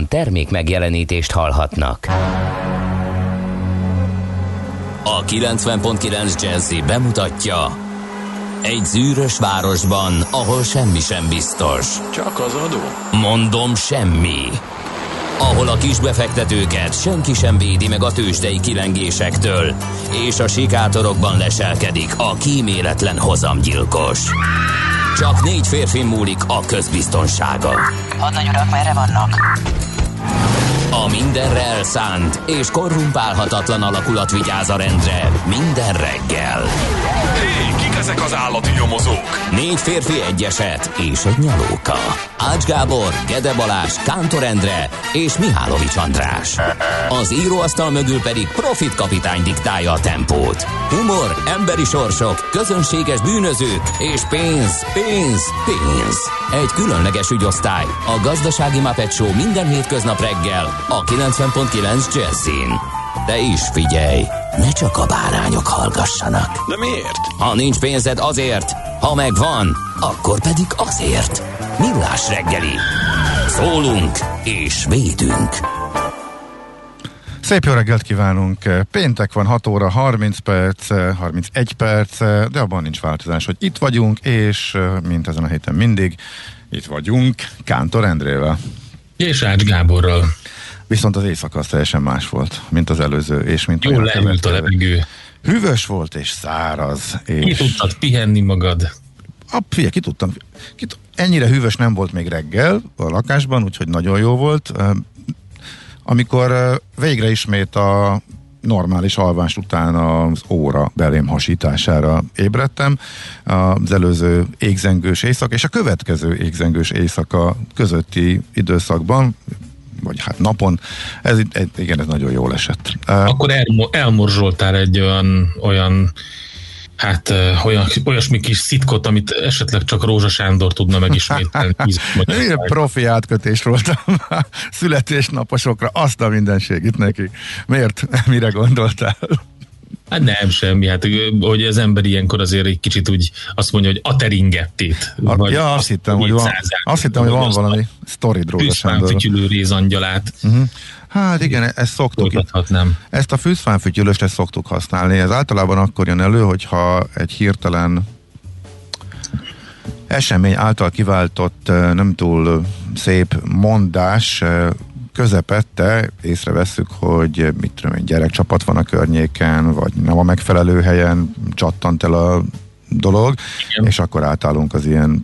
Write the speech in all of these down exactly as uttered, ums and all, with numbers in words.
termék megjelenítést hallhatnak. A kilencven pont kilenc Jazzy bemutatja: egy zűrös városban, ahol semmi sem biztos. Csak az adó? Mondom, semmi. Ahol a kisbefektetőket senki sem védi meg a tőzsdei kilengésektől, és a sikátorokban leselkedik a kíméletlen hozamgyilkos. Csak négy férfi múlik a közbiztonsága. Hadnagy urak, merre vannak? A mindenre elszánt és korrumpálhatatlan alakulat vigyáz a rendre minden reggel. Hé, kik ezek az állati nyomozók? Négy férfi, egy eset és egy nyalóka. Ács Gábor, Gede Balázs, Kántor Endre és Mihálovics András. Az íróasztal mögül pedig Profit kapitány diktálja a tempót. Humor, emberi sorsok, közönséges bűnözők és pénz, pénz, pénz. Egy különleges ügyosztály, a Gazdasági Muppet Show minden hétköznap reggel a kilencven pont kilenc Jazzin. De is figyelj, ne csak a bárányok hallgassanak. De miért? Ha nincs pénzed, azért, ha megvan, akkor pedig azért. Millás reggeli. Szólunk és védünk. Szép jó reggelt kívánunk! Péntek van, hat óra harminc perc, harmincegy perc, de abban nincs változás, hogy itt vagyunk, és mint ezen a héten mindig, itt vagyunk Kántor Endrével. És Ács Gáborral. Viszont az éjszaka az teljesen más volt, mint az előző, és mint jól leült a levegő. Hűvös volt és száraz. És... Ki tudtad pihenni magad? A, figyelj, ki tudtam. Ki t- ennyire hűvös nem volt még reggel a lakásban, úgyhogy nagyon jó volt. Amikor végre ismét a normális alvás után az óra belém hasítására ébredtem, az előző égzengős éjszaka és a következő égzengős éjszaka közötti időszakban, vagy hát napon, ez, ez, igen, ez nagyon jól esett. Akkor el, elmorzsoltál egy olyan, olyan hát olyan, olyasmi kis szitkot, amit esetleg csak Rózsa Sándor tudna megismételni. Milyen profi átkötés voltam a születésnaposokra, azt a mindenségit neki. Miért? Mire gondoltál? Hát nem, semmi. Hát, hogy az ember ilyenkor azért egy kicsit úgy azt mondja, hogy ateringettét. A, ja, azt hittem, hogy van, azt hittem, hogy van valami sztorid Rózsa Sándor. Fűszfánfütyülő rézangyalát. Uh-huh. Hát igen, ezt szoktuk. Ezt a fűszfánfütyülőst ezt szoktuk használni. Ez általában akkor jön elő, hogyha egy hirtelen esemény által kiváltott nem túl szép mondás közepette észrevesszük, hogy mit tudom én, gyerekcsapat van a környéken, vagy nem a megfelelő helyen csattant el a dolog, igen. És akkor átállunk az ilyen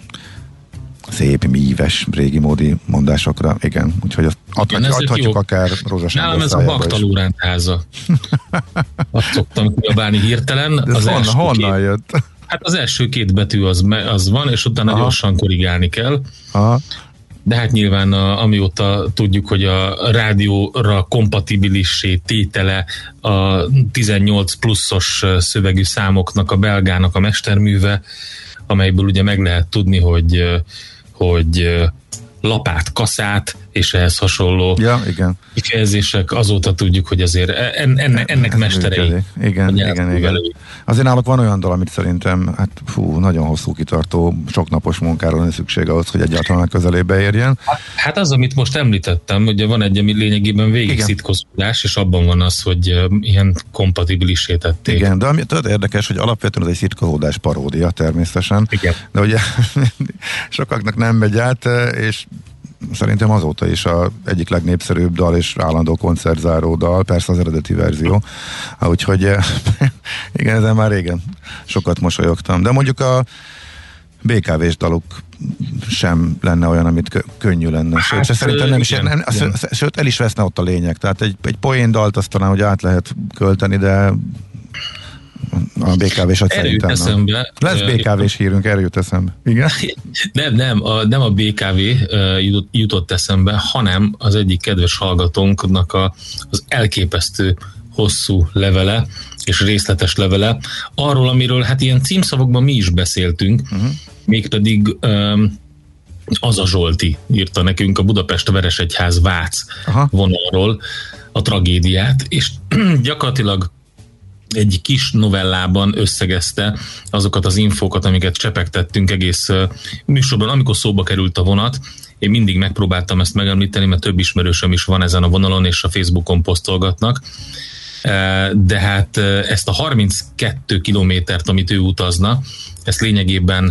szép, míves, régi módi mondásokra. Igen, úgyhogy azt adhatjuk, adhatjuk akár Rózsa Sándor. Nálam ez a Baktalóránt háza. Azt szoktam kiabálni hirtelen. De az honnan, honnan jött? Hát az első két betű az, az van, és utána aha. gyorsan korrigálni kell. Aha. De hát nyilván a, amióta tudjuk, hogy a rádióra kompatibilissé tétele a tizennyolc pluszos szövegű számoknak a belgának a mesterműve, amelyből ugye meg lehet tudni, hogy, hogy lapát, kaszát, és ehhez hasonló ja, igen. kifejezések, azóta tudjuk, hogy azért enne, ennek ez mesterei. Igen, igen, igen. Azért náluk van olyan dal, amit szerintem hát fú, nagyon hosszú kitartó, soknapos munkára lenne szükség ahhoz, hogy egyáltalán közelébe érjen. Hát az, amit most említettem, ugye van egy, ami lényegében végig szitkozódás, és abban van az, hogy ilyen kompatibilissé tették. Igen, de ami tudod érdekes, hogy alapvetően ez egy szitkozódás paródia természetesen. Igen. De ugye sokaknak nem megy át, és szerintem azóta is a egyik legnépszerűbb dal és állandó koncertzáró dal, persze az eredeti verzió. Úgyhogy igen, ezen már régen sokat mosolyogtam. De mondjuk a bé ká vés daluk sem lenne olyan, amit kö- könnyű lenne. Sőt, hát, szerintem nem is, nem, sőt, el is veszne ott a lényeg. Tehát egy, egy poén dalt azt talán, hogy át lehet költeni, de a bé ká vés-at szerintem eszembe, lesz bé ká vés hírünk, erre jut eszembe. Igen? Nem, nem, a, nem a bé ká vé jutott, jutott eszembe, hanem az egyik kedves hallgatónknak a, az elképesztő hosszú levele és részletes levele arról, amiről hát ilyen címszavakban mi is beszéltünk, uh-huh. mégpedig um, az a Zsolti írta nekünk a Budapest-Veresegyház-Vác vonalról a tragédiát, és gyakorlatilag egy kis novellában összegezte azokat az infókat, amiket csepegtettünk egész műsorban, amikor szóba került a vonat. Én mindig megpróbáltam ezt megemlíteni, mert több ismerősöm is van ezen a vonalon, és a Facebookon posztolgatnak. De hát ezt a harminckettő kilométert, amit ő utazna, ezt lényegében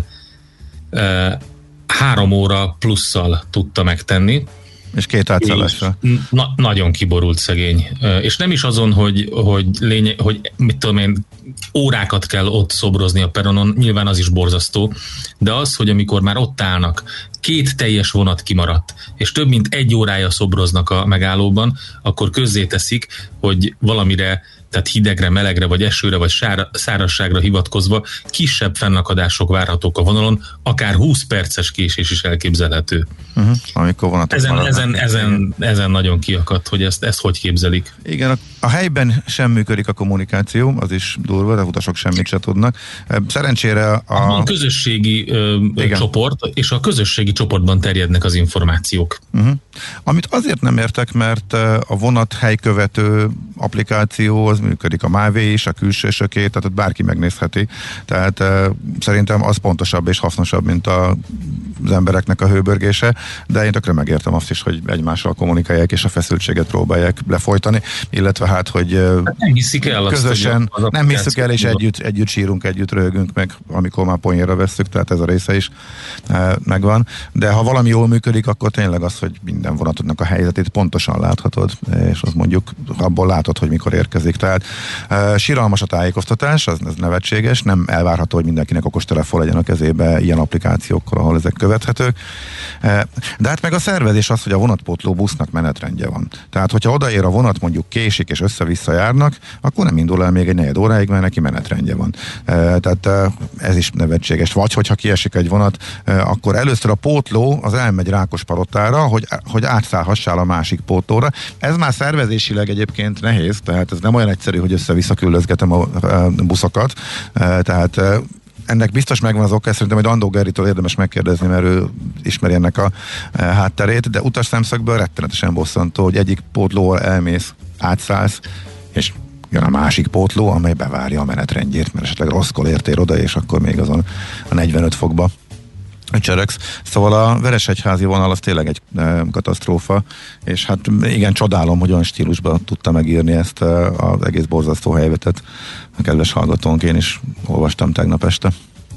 három óra plusszal tudta megtenni. És két átszállásra. Na, nagyon kiborult szegény. És nem is azon, hogy, hogy, lényeg, hogy mit tudom én, órákat kell ott szobrozni a peronon, nyilván az is borzasztó, de az, hogy amikor már ott állnak, két teljes vonat kimaradt, és több mint egy órája szobroznak a megállóban, akkor közzéteszik, hogy valamire, tehát hidegre, melegre, vagy esőre, vagy sára, szárazságra hivatkozva kisebb fennakadások várhatók a vonalon, akár húsz perces késés is elképzelhető. Uh-huh. Amikor vonatok ezen, ezen, ezen, ezen nagyon kiakadt, hogy ezt, ezt hogy képzelik. Igen, a, a helyben sem működik a kommunikáció, az is durva, de utasok semmit se tudnak. Szerencsére a... A közösségi ö, csoport, és a közösségi csoportban terjednek az információk. Uh-huh. Amit azért nem értek, mert a vonat helykövető applikáció az működik, a Mávé is, a külsősöké, tehát ott bárki megnézheti. Tehát uh, szerintem az pontosabb és hasznosabb, mint a, az embereknek a hőbörgése, de én tökre megértem azt is, hogy egymással kommunikálják és a feszültséget próbálják lefolytani, illetve hát, hogy uh, nem hiszik el közösen, azt, nem hiszük el, és együtt, együtt sírunk, együtt röhögünk meg, amikor már ponyéra vesszük, tehát ez a része is uh, megvan. De ha valami jól működik, akkor tényleg az, hogy minden vonatodnak a helyzetét pontosan láthatod, és az mondjuk abból látod, hogy mikor érkezik. Tehát uh, siralmas a tájékoztatás, az, az nevetséges, nem elvárható, hogy mindenkinek okostelefon legyen a kezébe ilyen applikációkkal, ahol ezek követhetők. Uh, de hát meg a szervezés az, hogy a vonatpótló busznak menetrendje van. Tehát, hogyha odaér a vonat, mondjuk késik és össze-vissza járnak, akkor nem indul el még egy negyed óráig, mert neki menetrendje van. Uh, tehát uh, ez is nevetséges. Vagy, hogyha kiesik egy vonat, uh, akkor először a pótló az elmegy Rákospalotára, hogy, hogy átszállhassál a másik pótlóra. Ez már szervezésileg egyébként nehéz, tehát ez nem olyan egyszerű, hogy össze-vissza küldözgetem a, a buszokat. Uh, tehát uh, ennek biztos megvan az oka, szerintem, hogy Andó Geritől érdemes megkérdezni, mert ő ismeri ennek a e, hátterét, de utas szemszögből rettenetesen bosszantó, hogy egyik pótlóval elmész, átszállsz, és jön a másik pótló, amely bevárja a menetrendjét, mert esetleg rosszkor értél oda, és akkor még azon a negyvenöt fokba cseregsz. Szóval a Vereshegyházi vonal az tényleg egy e, katasztrófa, és hát igen, csodálom, hogy olyan stílusban tudta megírni ezt e, az egész borzasztó helyzetet. A kedves hallgatónk, én is olvastam tegnap este.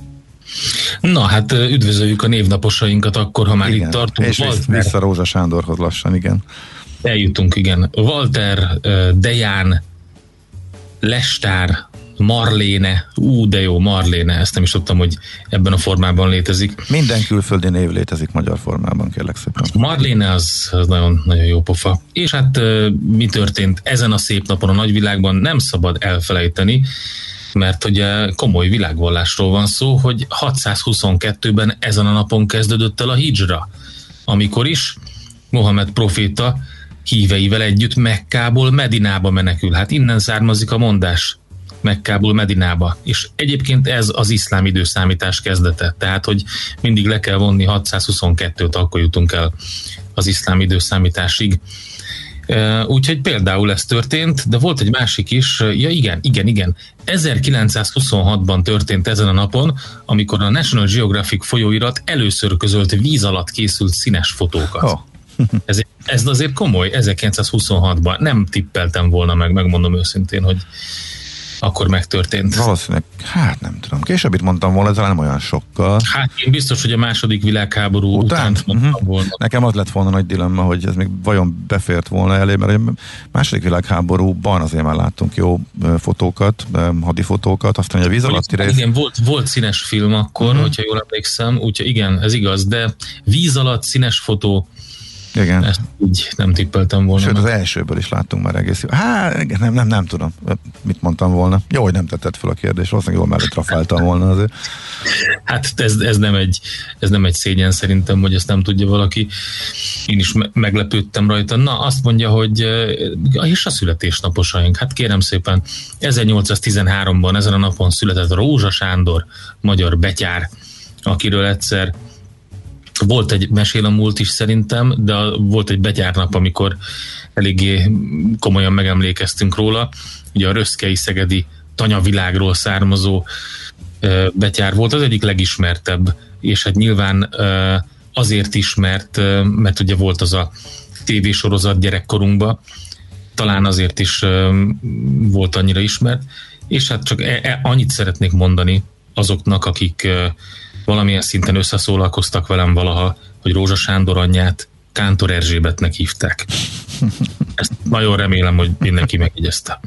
Na hát üdvözöljük a névnaposainkat akkor, ha már igen, itt tartunk. És Walter, vissza Rózsa Sándorhoz lassan, igen. Eljutunk, igen. Walter, Deján, Lestár, Marléne, ú, de jó, Marléne, ezt nem is tudtam, hogy ebben a formában létezik. Minden külföldi név létezik magyar formában, kérlek szépen. Marléne az, az nagyon, nagyon jó pofa. És hát mi történt ezen a szép napon a nagyvilágban, nem szabad elfelejteni, mert ugye komoly világvallásról van szó, hogy hatszázhuszonkettőben ezen a napon kezdődött el a hijra, amikor is Mohamed proféta híveivel együtt Mekkából Medinába menekül. Hát innen származik a mondás, Mekkából Medinába. És egyébként ez az iszlám időszámítás kezdete. Tehát, hogy mindig le kell vonni hatszázhuszonkettőt, akkor jutunk el az iszlám időszámításig. Úgyhogy például ez történt, de volt egy másik is, ja igen, igen, igen. ezerkilencszázhuszonhatban történt ezen a napon, amikor a National Geographic folyóirat először közölt víz alatt készült színes fotókat. Oh. ez, ez azért komoly, ezerkilencszázhuszonhatban. Nem tippeltem volna meg, megmondom őszintén, hogy akkor megtörtént. Valószínűleg, hát nem tudom. Később itt mondtam volna, ezzel nem olyan sokkal. Hát én biztos, hogy a második világháború után, után mondtam uh-huh. volna. Nekem az lett volna nagy dilemma, hogy ez még vajon befért volna elé, mert a második világháborúban azért már láttunk jó fotókat, hadifotókat, aztán a víz alatti rész... Igen, volt, volt színes film akkor, uh-huh. hogyha jól emlékszem, úgyhogy igen, ez igaz, de víz alatt színes fotó, igen. Ezt így nem tippeltem volna. Sőt, az elsőből is láttunk már egész jó. Hát, nem, nem, nem tudom, mit mondtam volna. Jó, hogy nem tetted fel a kérdést, valószínűleg jól mellett trafáltam volna azért. Hát ez, ez, nem egy, ez nem egy szégyen szerintem, hogy ezt nem tudja valaki. Én is me- meglepődtem rajta. Na, azt mondja, hogy és a születésnaposaink. Hát kérem szépen, ezernyolcszáztizenháromban ezen a napon született Rózsa Sándor, magyar betyár, akiről egyszer volt egy mesél a múlt is szerintem, de volt egy betyárnap, amikor eléggé komolyan megemlékeztünk róla. Ugye a röszkei szegedi tanyavilágról származó betyár volt, az egyik legismertebb, és hát nyilván azért ismert, mert ugye volt az a tévésorozat gyerekkorunkban, talán azért is volt annyira ismert, és hát csak e- e- annyit szeretnék mondani azoknak, akik valamilyen szinten összeszólalkoztak velem valaha, hogy Rózsa Sándor anyját Kántor Erzsébetnek hívták. Ezt nagyon remélem, hogy mindenki megjegyezte.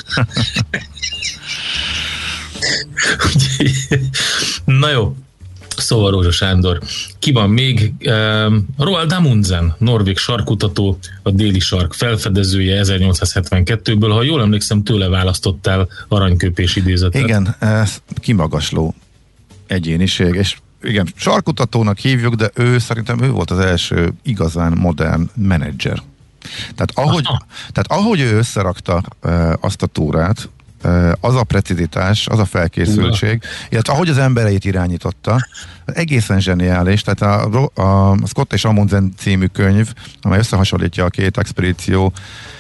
Na jó, szóval Rózsa Sándor. Ki van még? Uh, Roald Amundsen, norvég sarkkutató, a déli sark felfedezője ezernyolcszázhetvenkettőből. Ha jól emlékszem, tőle választottál aranyköpés idézetet. Igen, ez kimagasló egyéniség, és igen, sarkkutatónak hívjuk, de ő szerintem ő volt az első igazán modern menedzser. Tehát ahogy, tehát ahogy ő összerakta uh, azt a túrát, az a precizitás, az a felkészültség, illetve ahogy az embereit irányította, egészen zseniális. Tehát a, a Scott és Amundsen című könyv, amely összehasonlítja a két expedíció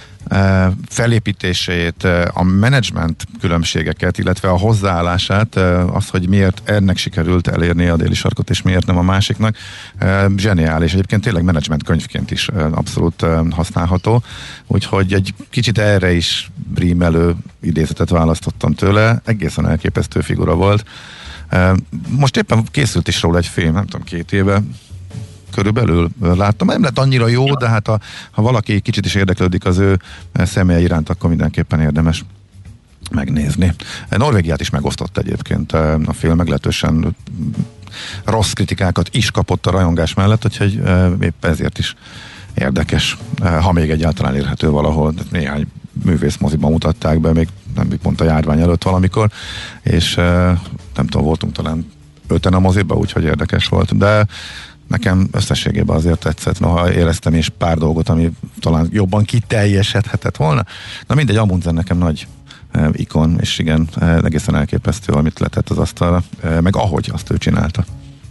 felépítését, a menedzsment különbségeket, illetve a hozzáállását, az, hogy miért ennek sikerült elérni a déli sarkot, és miért nem a másiknak, zseniális. Egyébként tényleg menedzsment könyvként is abszolút használható, úgyhogy egy kicsit erre is rímelő idézetet választottam tőle, egészen elképesztő figura volt. Most éppen készült is róla egy film, nem tudom, két éve, körülbelül láttam. Nem lett annyira jó, de hát a, ha valaki kicsit is érdeklődik az ő személye iránt, akkor mindenképpen érdemes megnézni. Norvégiát is megosztott egyébként a film, meglehetősen rossz kritikákat is kapott a rajongás mellett, úgyhogy épp ezért is érdekes, ha még egyáltalán érhető valahol. Néhány művészmoziban mutatták be, még nem pont a járvány előtt valamikor, és nem tudom, voltunk talán öten a moziba, úgyhogy érdekes volt, de nekem összességében azért tetszett, noha éreztem is pár dolgot, ami talán jobban kiteljesedhetett volna. Na mindegy, Amundsen nekem nagy e, ikon, és igen, e, egészen elképesztő, amit letett az asztalra, e, meg ahogy azt ő csinálta.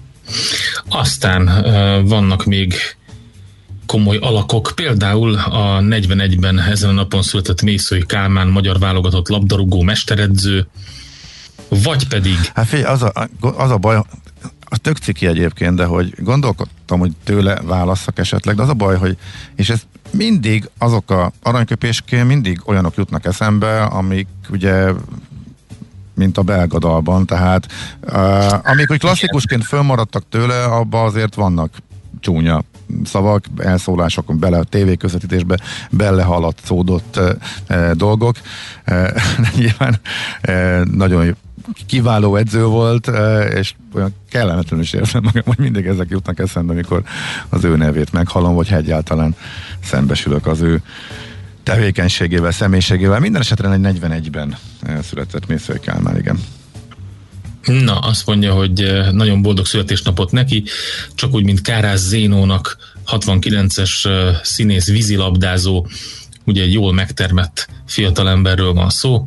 Aztán e, vannak még komoly alakok, például a negyvenegyben ezen a napon született Mészői Kálmán, magyar válogatott labdarúgó mesteredző, vagy pedig... Hát figyelj, az a, az a baj, az tök ciki egyébként, de hogy gondolkodtam, hogy tőle válasszak esetleg, de az a baj, hogy és ez mindig azok a aranyköpésként mindig olyanok jutnak eszembe, amik ugye mint a belga dalban, tehát uh, amik úgy klasszikusként fönnmaradtak tőle, abban azért vannak csúnya szavak, elszólások, bele a tévéközvetítésbe belehaladszódott uh, uh, dolgok. Uh, nyilván uh, nagyon kiváló edző volt, uh, és olyan kellemetlenül is érzem magam, hogy mindig ezek jutnak eszembe, amikor az ő nevét meghallom, vagy egyáltalán szembesülök az ő tevékenységével, személyiségével. Minden esetre egy negyvenegyben született Mészői Kálmán, igen. Na, azt mondja, hogy nagyon boldog születésnapot neki, csak úgy, mint Kárász Zénónak, hatvankilences színész, vízilabdázó, ugye egy jól megtermett fiatalemberről van szó,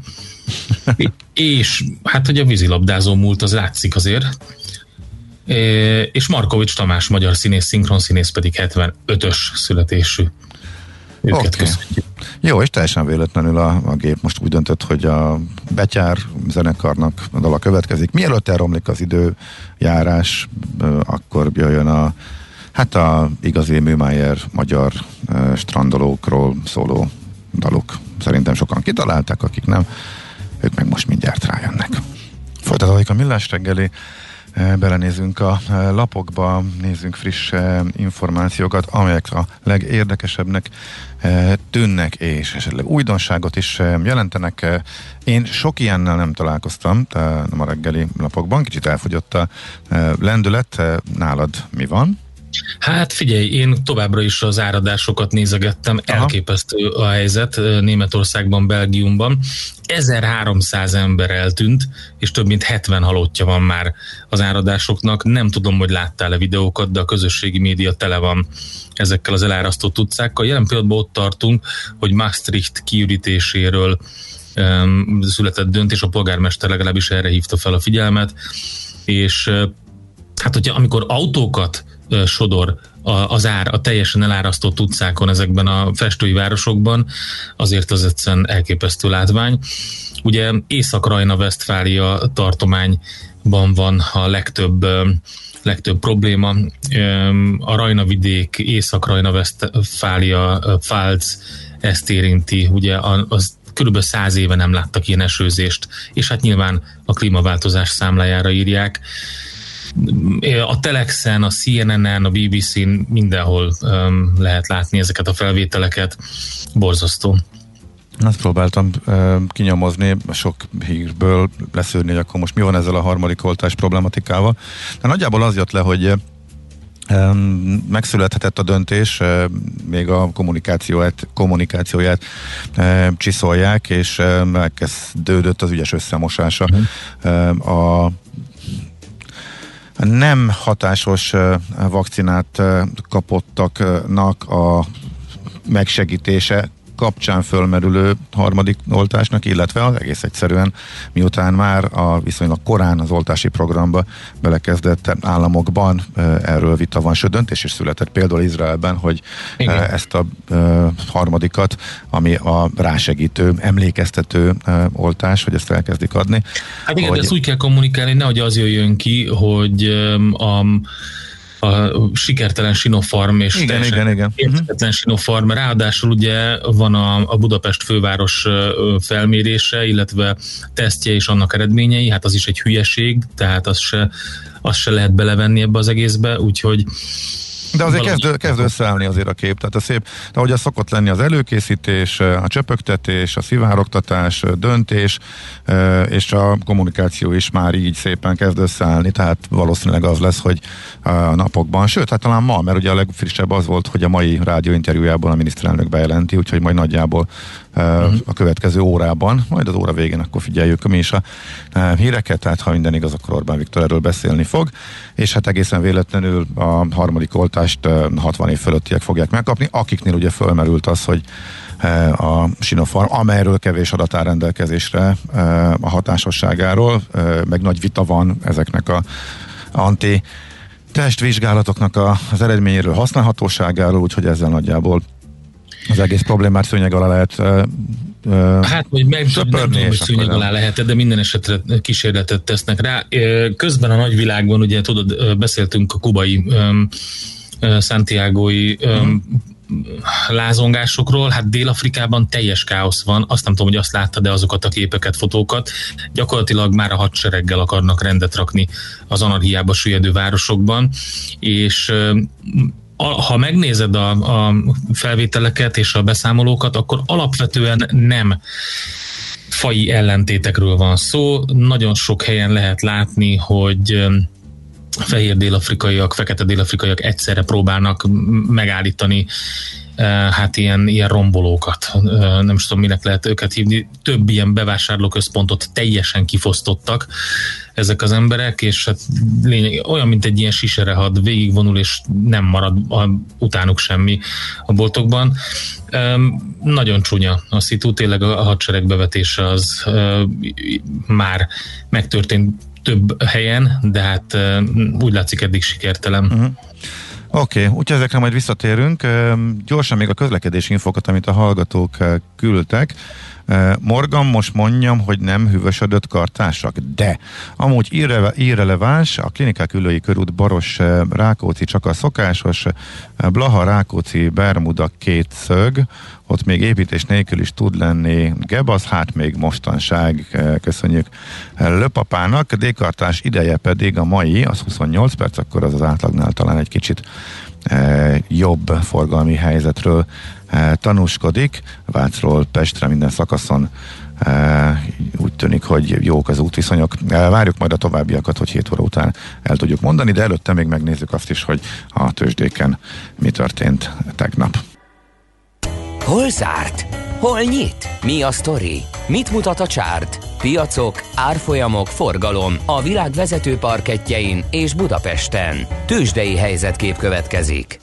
és hát, hogy a vízilabdázó múlt az látszik azért, és Markovics Tamás, magyar színész, szinkronszínész pedig hetvenötös születésű. Őket okay. Köszönjük. Jó, és teljesen véletlenül a, a gép most úgy döntött, hogy a Betyár zenekarnak a dala következik. Mielőtt elromlik az időjárás, akkor jöjjön a hát a igazi Műmájer magyar strandolókról szóló daluk. Szerintem sokan kitalálták, akik nem, ők meg most mindjárt rájönnek. Folytatódik a Millás reggeli, belenézünk a lapokba, nézzünk friss információkat, amelyek a legérdekesebbnek tűnnek, és esetleg újdonságot is jelentenek. Én sok ilyennel nem találkoztam nem a reggeli lapokban, kicsit elfogyott a lendület. Nálad mi van? Hát figyelj, én továbbra is az áradásokat nézegettem, aha. Elképesztő a helyzet Németországban, Belgiumban. ezerháromszáz ember eltűnt, és több mint hetven halottja van már az áradásoknak. Nem tudom, hogy láttál-e videókat, de a közösségi média tele van ezekkel az elárasztott utcákkal. Jelen pillanatban ott tartunk, hogy Maastricht kiürítéséről um, született döntés, a polgármester legalábbis erre hívta fel a figyelmet, és uh, hát hogyha amikor autókat sodor az ár a teljesen elárasztott utcákon ezekben a festői városokban, azért az egyszerűen elképesztő látvány. Ugye Észak-Rajna-Vesztfália tartományban van a legtöbb legtöbb probléma. A Rajna-vidék, Észak-Rajna-Vesztfália, Pfalz, ezt érinti, ugye az körülbelül száz éve nem láttak ilyen esőzést, és hát nyilván a klímaváltozás számlájára írják. A Telexen, a C N N-en, a B B C-n mindenhol um, lehet látni ezeket a felvételeket. Borzasztó. Azt próbáltam uh, kinyomozni, sok hírből leszűrni, hogy akkor most mi van ezzel a harmadik oltás problematikával. De nagyjából az jött le, hogy um, megszülethetett a döntés, uh, még a kommunikációját, kommunikációját uh, csiszolják, és uh, elkezdődött az ügyes összemosása. Uh-huh. Uh, a nem hatásos uh, vakcinát uh, kapottaknak a megsegítése kapcsán fölmerülő harmadik oltásnak, illetve az egész egyszerűen, miután már a viszonylag korán az oltási programba belekezdett államokban erről vita van, sőt döntés is született például Izraelben, hogy igen, ezt a harmadikat, ami a rásegítő, emlékeztető oltás, hogy ezt elkezdik adni. Hát igen, hogy... de ezt úgy kell kommunikálni, nehogy az jöjjön ki, hogy a a sikertelen Sinopharm és igen, igen, igen. érthetetlen Sinopharm, ráadásul ugye van a, a Budapest főváros felmérése, illetve tesztje és annak eredményei, hát az is egy hülyeség, tehát az se, az se lehet belevenni ebbe az egészbe, úgyhogy de azért kezd, kezd összeállni azért a kép, tehát a szép, de ahogy az szokott lenni az előkészítés, a csöpögtetés, a szivárogtatás, döntés, és a kommunikáció is már így szépen kezd összeállni, tehát valószínűleg az lesz, hogy a napokban, sőt, hát talán ma, mert ugye a legfrissebb az volt, hogy a mai rádióinterjújában a miniszterelnök bejelenti, úgyhogy majd nagyjából uh-huh. a következő órában, majd az óra végén akkor figyeljük mi is a híreket, tehát ha minden igaz, akkor Orbán Viktor erről beszélni fog, és hát egészen véletlenül a harmadik oltást hatvan év fölöttiek fogják megkapni, akiknél ugye fölmerült az, hogy a Sinopharm, amelyről kevés adat áll rendelkezésre a hatásosságáról, meg nagy vita van ezeknek a anti testvizsgálatoknak a, az eredményéről, használhatóságáról, úgyhogy ezzel nagyjából az egész problémát szőnyeg alá lehet uh, hát, hogy meg nem tudom, hogy szőnyeg alá lehet, de minden esetre kísérletet tesznek rá. Közben a nagyvilágban, ugye tudod, beszéltünk a kubai um, Santiagói um, lázongásokról, hát Dél-Afrikában teljes káosz van, azt nem tudom, hogy azt látta, de azokat a képeket, fotókat, gyakorlatilag már a hadsereggel akarnak rendet rakni az anarchiába süllyedő városokban, és ha megnézed a, a felvételeket és a beszámolókat, akkor alapvetően nem faji ellentétekről van szó, nagyon sok helyen lehet látni, hogy fehér dél-afrikaiak, fekete dél-afrikaiak egyszerre próbálnak megállítani hát ilyen, ilyen rombolókat. Nem is tudom, minek lehet őket hívni. Több ilyen bevásárlóközpontot teljesen kifosztottak ezek az emberek, és hát lényeg, olyan, mint egy ilyen siserehad, végigvonul, és nem marad a, utánuk semmi a boltokban. Um, nagyon csúnya a szitu, tényleg a hadsereg bevetése az uh, már megtörtént több helyen, de hát uh, úgy látszik eddig sikertelen. Uh-huh. Oké, okay, úgyhogy ezekre majd visszatérünk. Gyorsan még a közlekedési infokat, amit a hallgatók küldtek. Morgan, most mondjam, hogy nem hűvösödött kartársak, de amúgy irre, irreleváns, a Klinikák Üllői körút Baros Rákóczi csak a szokásos, Blaha Rákóczi Bermuda két szög, ott még építés nélkül is tud lenni gebasz, hát még mostanság, köszönjük Löpapának, D-kartás ideje pedig a mai, az huszonnyolc perc, akkor az az átlagnál talán egy kicsit e, jobb forgalmi helyzetről e, tanúskodik. Vácról Pestre minden szakaszon e, úgy tűnik, hogy jók az útviszonyok. E, várjuk majd a továbbiakat, hogy hét óra után el tudjuk mondani, de előtte még megnézzük azt is, hogy a tőzsdéken mi történt tegnap. Hol zárt? Hol nyit? Mi a sztori? Mit mutat a csárt? Piacok, árfolyamok, forgalom a világ vezető parkettjein és Budapesten. Tőzsdei helyzetkép következik.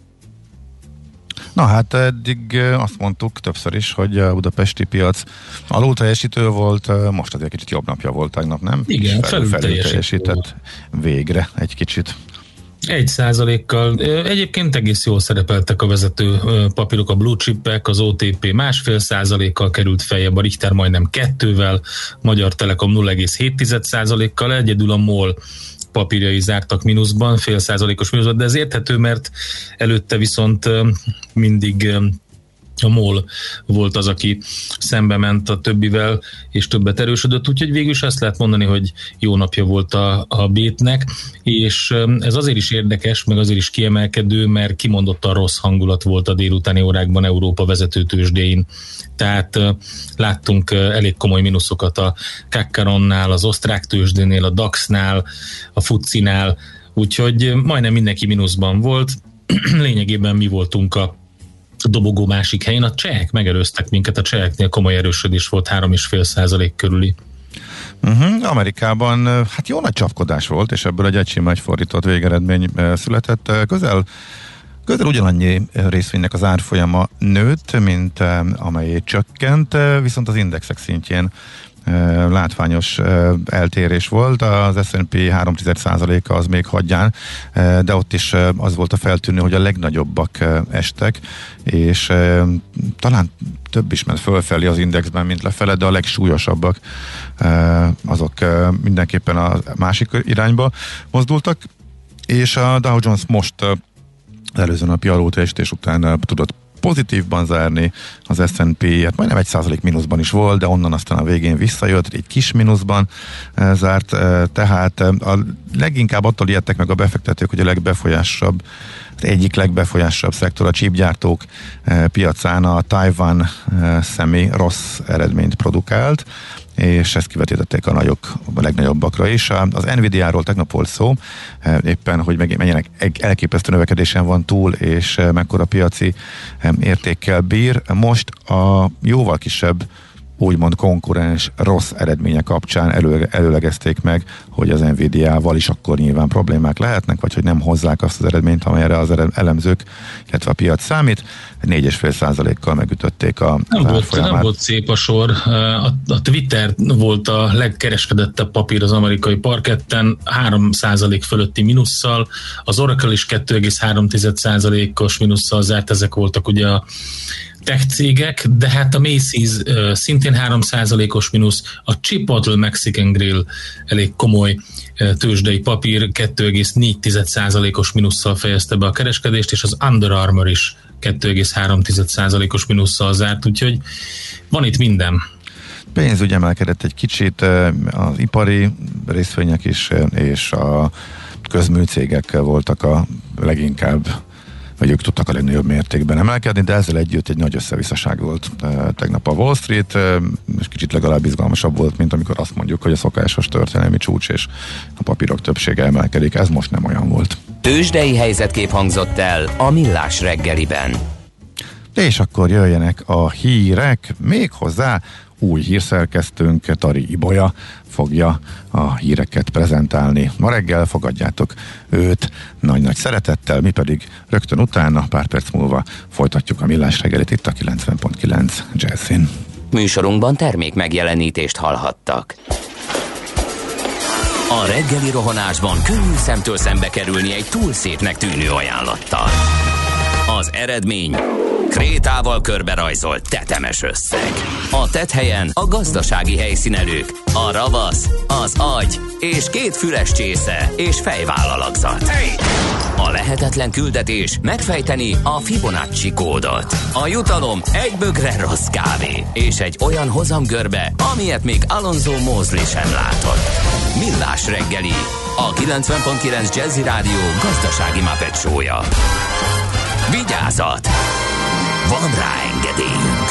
Na hát eddig azt mondtuk többször is, hogy a budapesti piac alulteljesítő volt, most azért kicsit jobb napja volt tegnap, nem? Igen, felül teljesített végre egy kicsit. Egy százalékkal. Egyébként egész jól szerepeltek a vezető papírok, a blue chipek, az o té pé másfél százalékkal került feljebb, a Richter majdnem kettővel, Magyar Telekom nulla egész hét százalékkal, egyedül a MOL papírjai zártak mínuszban, fél százalékos mínuszban, de ez érthető, mert előtte viszont mindig a MOL volt az, aki szembe ment a többivel, és többet erősödött, úgyhogy végül is azt lehet mondani, hogy jó napja volt a, a Bétnek, és ez azért is érdekes, meg azért is kiemelkedő, mert kimondottan rossz hangulat volt a délutáni órákban Európa vezető tőzsdéin. Tehát láttunk elég komoly mínuszokat a Kakkaronnál, az osztrák tőzsdénél, a daxnál, a fucinál, úgyhogy majdnem mindenki mínuszban volt. Lényegében mi voltunk a dobogó másik helyén. A csehek megelőztek minket, a cseheknél komoly erősödés volt, három egész öt százalék körüli. Uh-huh. Amerikában hát jó nagy csapkodás volt, és ebből egy egysima egy fordított végeredmény született. Közel, közel ugyanannyi részvénynek az árfolyama nőtt, mint amelyét csökkent, viszont az indexek szintjén látványos eltérés volt. Az es and pé három egész egy százaléka az még hagyján, de ott is az volt a feltűnő, hogy a legnagyobbak estek, és talán több is ment fölfelé az indexben, mint lefele, de a legsúlyosabbak azok mindenképpen a másik irányba mozdultak, és a Dow Jones most előző napi alulteljesítés után tudott pozitívban zárni, az es and pé hát majdnem egy százalék mínuszban is volt, de onnan aztán a végén visszajött, egy kis mínuszban zárt, tehát a leginkább attól ijedtek meg a befektetők, hogy a legbefolyásabb, az egyik legbefolyásabb szektor, a chipgyártók piacán a Taiwan Semi rossz eredményt produkált, és ezt kivetítették a nagyok, a legnagyobbakra is. Az Nvidia-ról tegnap volt szó, éppen, hogy mennyire elképesztő növekedésen van túl, és mekkora piaci értékkel bír. Most a jóval kisebb, úgymond konkurens rossz eredménye kapcsán elő, előlegezték meg, hogy az Nvidia-val is akkor nyilván problémák lehetnek, vagy hogy nem hozzák azt az eredményt, amelyre az elemzők, illetve a piac számít. négy egész öt százalékkal megütötték a nem volt, nem volt szép a sor. A, a Twitter volt a legkereskedettebb papír az amerikai parketten, három százalék fölötti mínusszal, az Oracle is kettő egész három százalékos mínusszal zárt, ezek voltak ugye a tech cégek, de hát a Macy's uh, szintén három százalékos mínusz, a Chipotle Mexican Grill elég komoly uh, tőzsdei papír, kettő egész négy százalékos mínusszal fejezte be a kereskedést, és az Under Armour is kettő egész három százalékos mínusszal zárt, úgyhogy van itt minden. Pénzügy emelkedett egy kicsit, az ipari részvények is, és a közműcégek voltak a leginkább, vagy ők tudtak a legnagyobb mértékben emelkedni, de ezzel együtt egy nagy összevisszaság volt tegnap a Wall Street, és kicsit legalább izgalmasabb volt, mint amikor azt mondjuk, hogy a szokásos történelmi csúcs és a papírok többsége emelkedik. Ez most nem olyan volt. Tőzsdei helyzetkép hangzott el a Millás reggeliben. És akkor jöjjenek a hírek, méghozzá új hírszerkesztőnk, Tari Ibolya fogja a híreket prezentálni. Ma reggel fogadjátok őt nagy-nagy szeretettel, mi pedig rögtön utána, pár perc múlva folytatjuk a Millás reggelit itt a kilencven pont kilenc Jazzin. Műsorunkban termék megjelenítést hallhattak. A reggeli rohanásban könnyű szemtől szembe kerülni egy túl szépnek tűnő ajánlattal. Az eredmény krétával körberajzolt tetemes összeg. A tetthelyen a gazdasági helyszínelők, a ravasz, az agy és két füles csésze és fejvállalakzat. A lehetetlen küldetés megfejteni a Fibonacci kódot. A jutalom egy bögre rossz kávé és egy olyan hozamgörbe, amilyet még Alonso Mosley sem látott. Millás reggeli, a kilencven pont kilenc Jazzy Rádió gazdasági Muppet show-ja. Vigyázat! Van rá engedélyünk!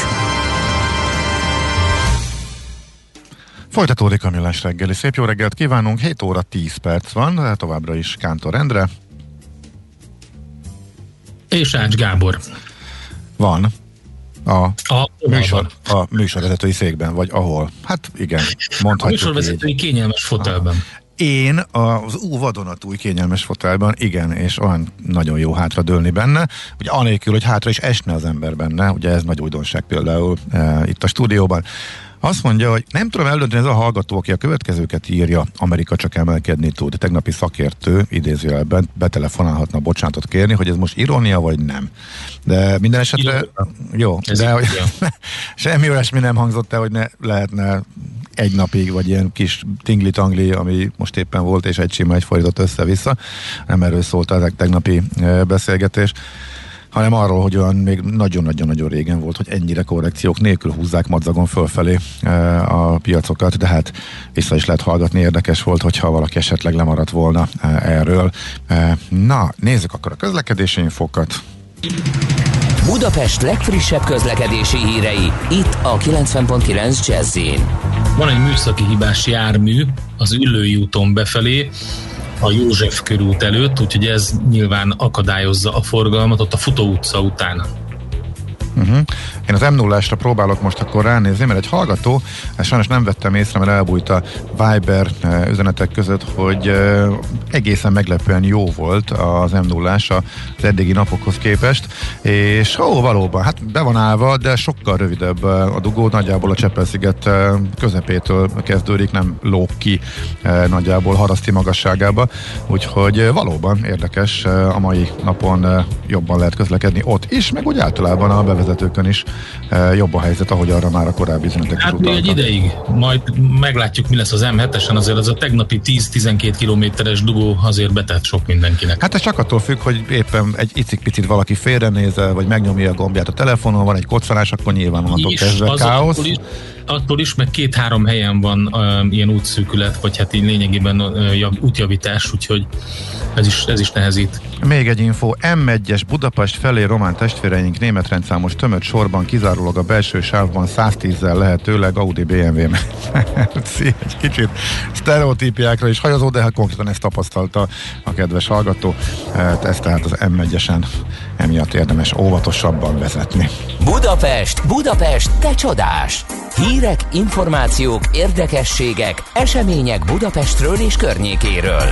Folytatódik a Millás reggeli. Szép jó reggelt kívánunk, hét óra tíz perc van, továbbra is Kántor Endre. És Ács Gábor. Van. A, a műsor, a műsorvezetői székben, vagy ahol. Hát igen, mondhatjuk. A műsorvezetői kényelmes fotelben. Én az ú vadonatúj kényelmes fotelben, igen, és olyan nagyon jó hátradőlni benne, hogy anélkül, hogy hátra is esne az ember benne, ugye ez nagy újdonság például e, itt a stúdióban. Azt mondja, hogy nem tudom eldönteni, ez a hallgató, aki a következőket írja, Amerika csak emelkedni tud. Tegnapi szakértő, idézőjelben betelefonálhatna bocsánatot kérni, hogy ez most irónia, vagy nem. De minden esetre irónia. Jó, ez de hogy semmi olyasmi nem hangzott el, hogy ne lehetne egy napig, vagy ilyen kis tingli-tangli, ami most éppen volt, és egy sima egy fordított össze-vissza. Nem erről szólt a tegnapi beszélgetés, hanem arról, hogy olyan még nagyon-nagyon-nagyon régen volt, hogy ennyire korrekciók nélkül húzzák madzagon fölfelé a piacokat, de hát vissza is lehet hallgatni, érdekes volt, hogyha valaki esetleg lemaradt volna erről. Na, nézzük akkor a közlekedési infokat. Budapest legfrissebb közlekedési hírei, itt a kilencven pont kilenc Jazz-in. Van egy műszaki hibás jármű az Üllői úton befelé, a József körút előtt, úgyhogy ez nyilván akadályozza a forgalmat ott a Futó utca után. Uh-huh. Én az em nullásra próbálok most akkor ránézni, mert egy hallgató, sajnos nem vettem észre, mert elbújt a Viber üzenetek között, hogy egészen meglepően jó volt az em nullás az eddigi napokhoz képest, és ó, valóban, hát be van állva, de sokkal rövidebb a dugó, nagyjából a Csepel-sziget közepétől kezdődik, nem lóg ki nagyjából Haraszti magasságába, úgyhogy valóban érdekes, a mai napon jobban lehet közlekedni ott is, meg úgy általában a bevezetőkön is jobb a helyzet, ahogy arra már a korábbi üzenetek is hát utaltak. Hát még egy ideig, majd meglátjuk, mi lesz az em hetesen, azért az a tegnapi tíz-tizenkét kilométeres dugó azért betett sok mindenkinek. Hát ez csak attól függ, hogy éppen egy icik-picit valaki félrenézel, vagy megnyomja a gombját a telefonon, van egy koccanás, akkor nyilván onnantól kezdve káosz. Attól is, attól is, meg két-három helyen van uh, ilyen útszűkület, vagy hát így lényegében uh, jav, útjavítás, úgyhogy ez is, ez is nehezít. Még egy info, em egyes Budapest felé román testvéreink német rendszámos tömött sorban, kizárólag a belső sávban száztízzel lehetőleg Audi bé em vé egy kicsit sztereotípiákra is hajazó, de hát konkrétan ezt tapasztalta a kedves hallgató. Ez tehát az em egyesen emiatt érdemes óvatosabban vezetni. Budapest, Budapest, te csodás! Hírek, információk, érdekességek, események Budapestről és környékéről.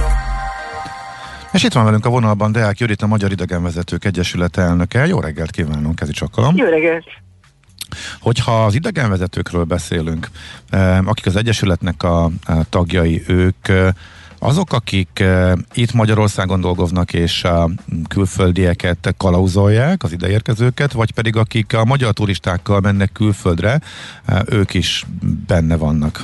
És itt van velünk a vonalban Deák Judit, a Magyar Idegenvezetők Egyesület elnöke. Jó reggelt kívánunk, kezi csakalom. Jó reggelt! Hogyha az idegenvezetőkről beszélünk, akik az Egyesületnek a tagjai, ők azok, akik itt Magyarországon dolgoznak és a külföldieket kalauzolják, az ideérkezőket, vagy pedig akik a magyar turistákkal mennek külföldre, ők is benne vannak?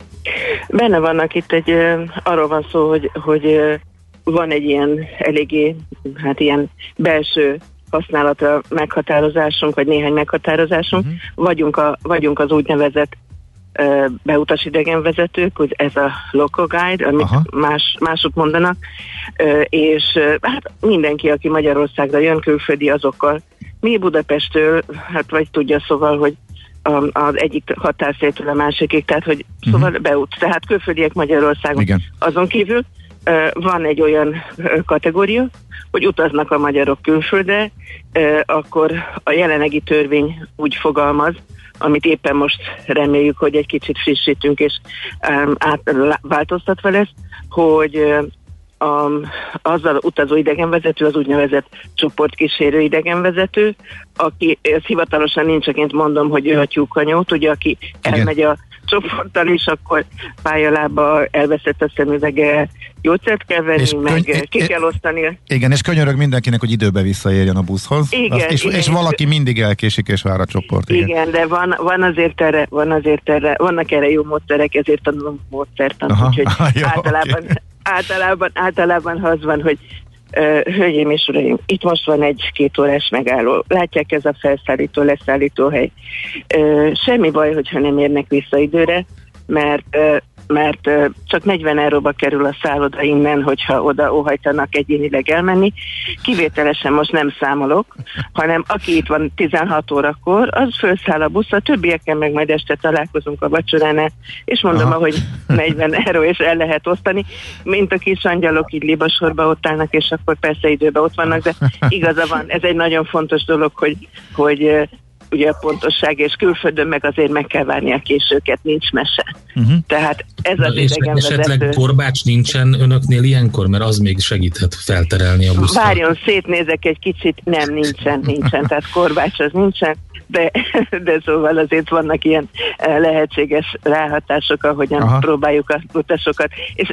Benne vannak, itt egy, arról van szó, hogy, hogy van egy ilyen eléggé, hát ilyen belső használatra meghatározásunk, vagy néhány meghatározásunk. Uh-huh. Vagyunk, a, vagyunk az úgynevezett uh, beutas idegenvezetők, hogy ez a local guide, amit más, mások mondanak, uh, és uh, hát mindenki, aki Magyarországra jön külföldi, azokkal mi Budapesttől, hát vagy tudja, szóval, hogy az egyik határszétől a másikig, tehát hogy uh-huh. szóval beút, tehát külföldiek Magyarországon. Igen. Azon kívül van egy olyan kategória, hogy utaznak a magyarok külföldre, akkor a jelenlegi törvény úgy fogalmaz, amit éppen most reméljük, hogy egy kicsit frissítünk és átváltoztatva lesz, hogy a, azzal utazó idegenvezető az úgynevezett csoportkísérő idegenvezető, aki ez hivatalosan nincseként mondom, hogy ő a tyúkanyót, ugye aki igen. elmegy a csoporttal is, akkor pályálába elveszett a szemüvege, gyógyszert kell venni, és meg köny- ki kell osztani. Igen, és könyörög mindenkinek, hogy időbe visszaérjen a buszhoz. Igen, Azt, és, igen. és valaki mindig elkésik és vár a csoport. Igen, igen, de van, van azért erre, van azért erre, vannak erre jó módszerek, ezért tanulom módszertant, úgyhogy jó, általában, okay. általában, általában az van, hogy Uh, hölgyeim és uraim, itt most van egy két órás megálló. Látják, ez a felszállító, leszállító hely. Uh, semmi baj, hogyha nem érnek vissza időre, mert, uh, mert uh, csak negyven euróba kerül a szálloda innen, hogyha oda óhajtanak egyénileg elmenni. Kivételesen most nem számolok, hanem aki itt van tizenhat órakor, az felszáll a buszra, többiekkel meg majd este találkozunk a vacsoránál, és mondom, aha. ahogy negyven euró és el lehet osztani, mint a kis angyalok így libasorba ott állnak, és akkor persze időben ott vannak, de igaza van, ez egy nagyon fontos dolog, hogy, hogy ugye a pontosság, és külföldön meg azért meg kell várni a későket, nincs mese. Uh-huh. Tehát ez az idegenvezető. Esetleg korbács nincsen önöknél ilyenkor, mert az még segíthet felterelni a buszt. Várjon, szétnézek egy kicsit, nem, nincsen, nincsen, tehát korbács az nincsen. de, de szóval azért vannak ilyen lehetséges ráhatások, ahogyan Aha. próbáljuk a utasokat, és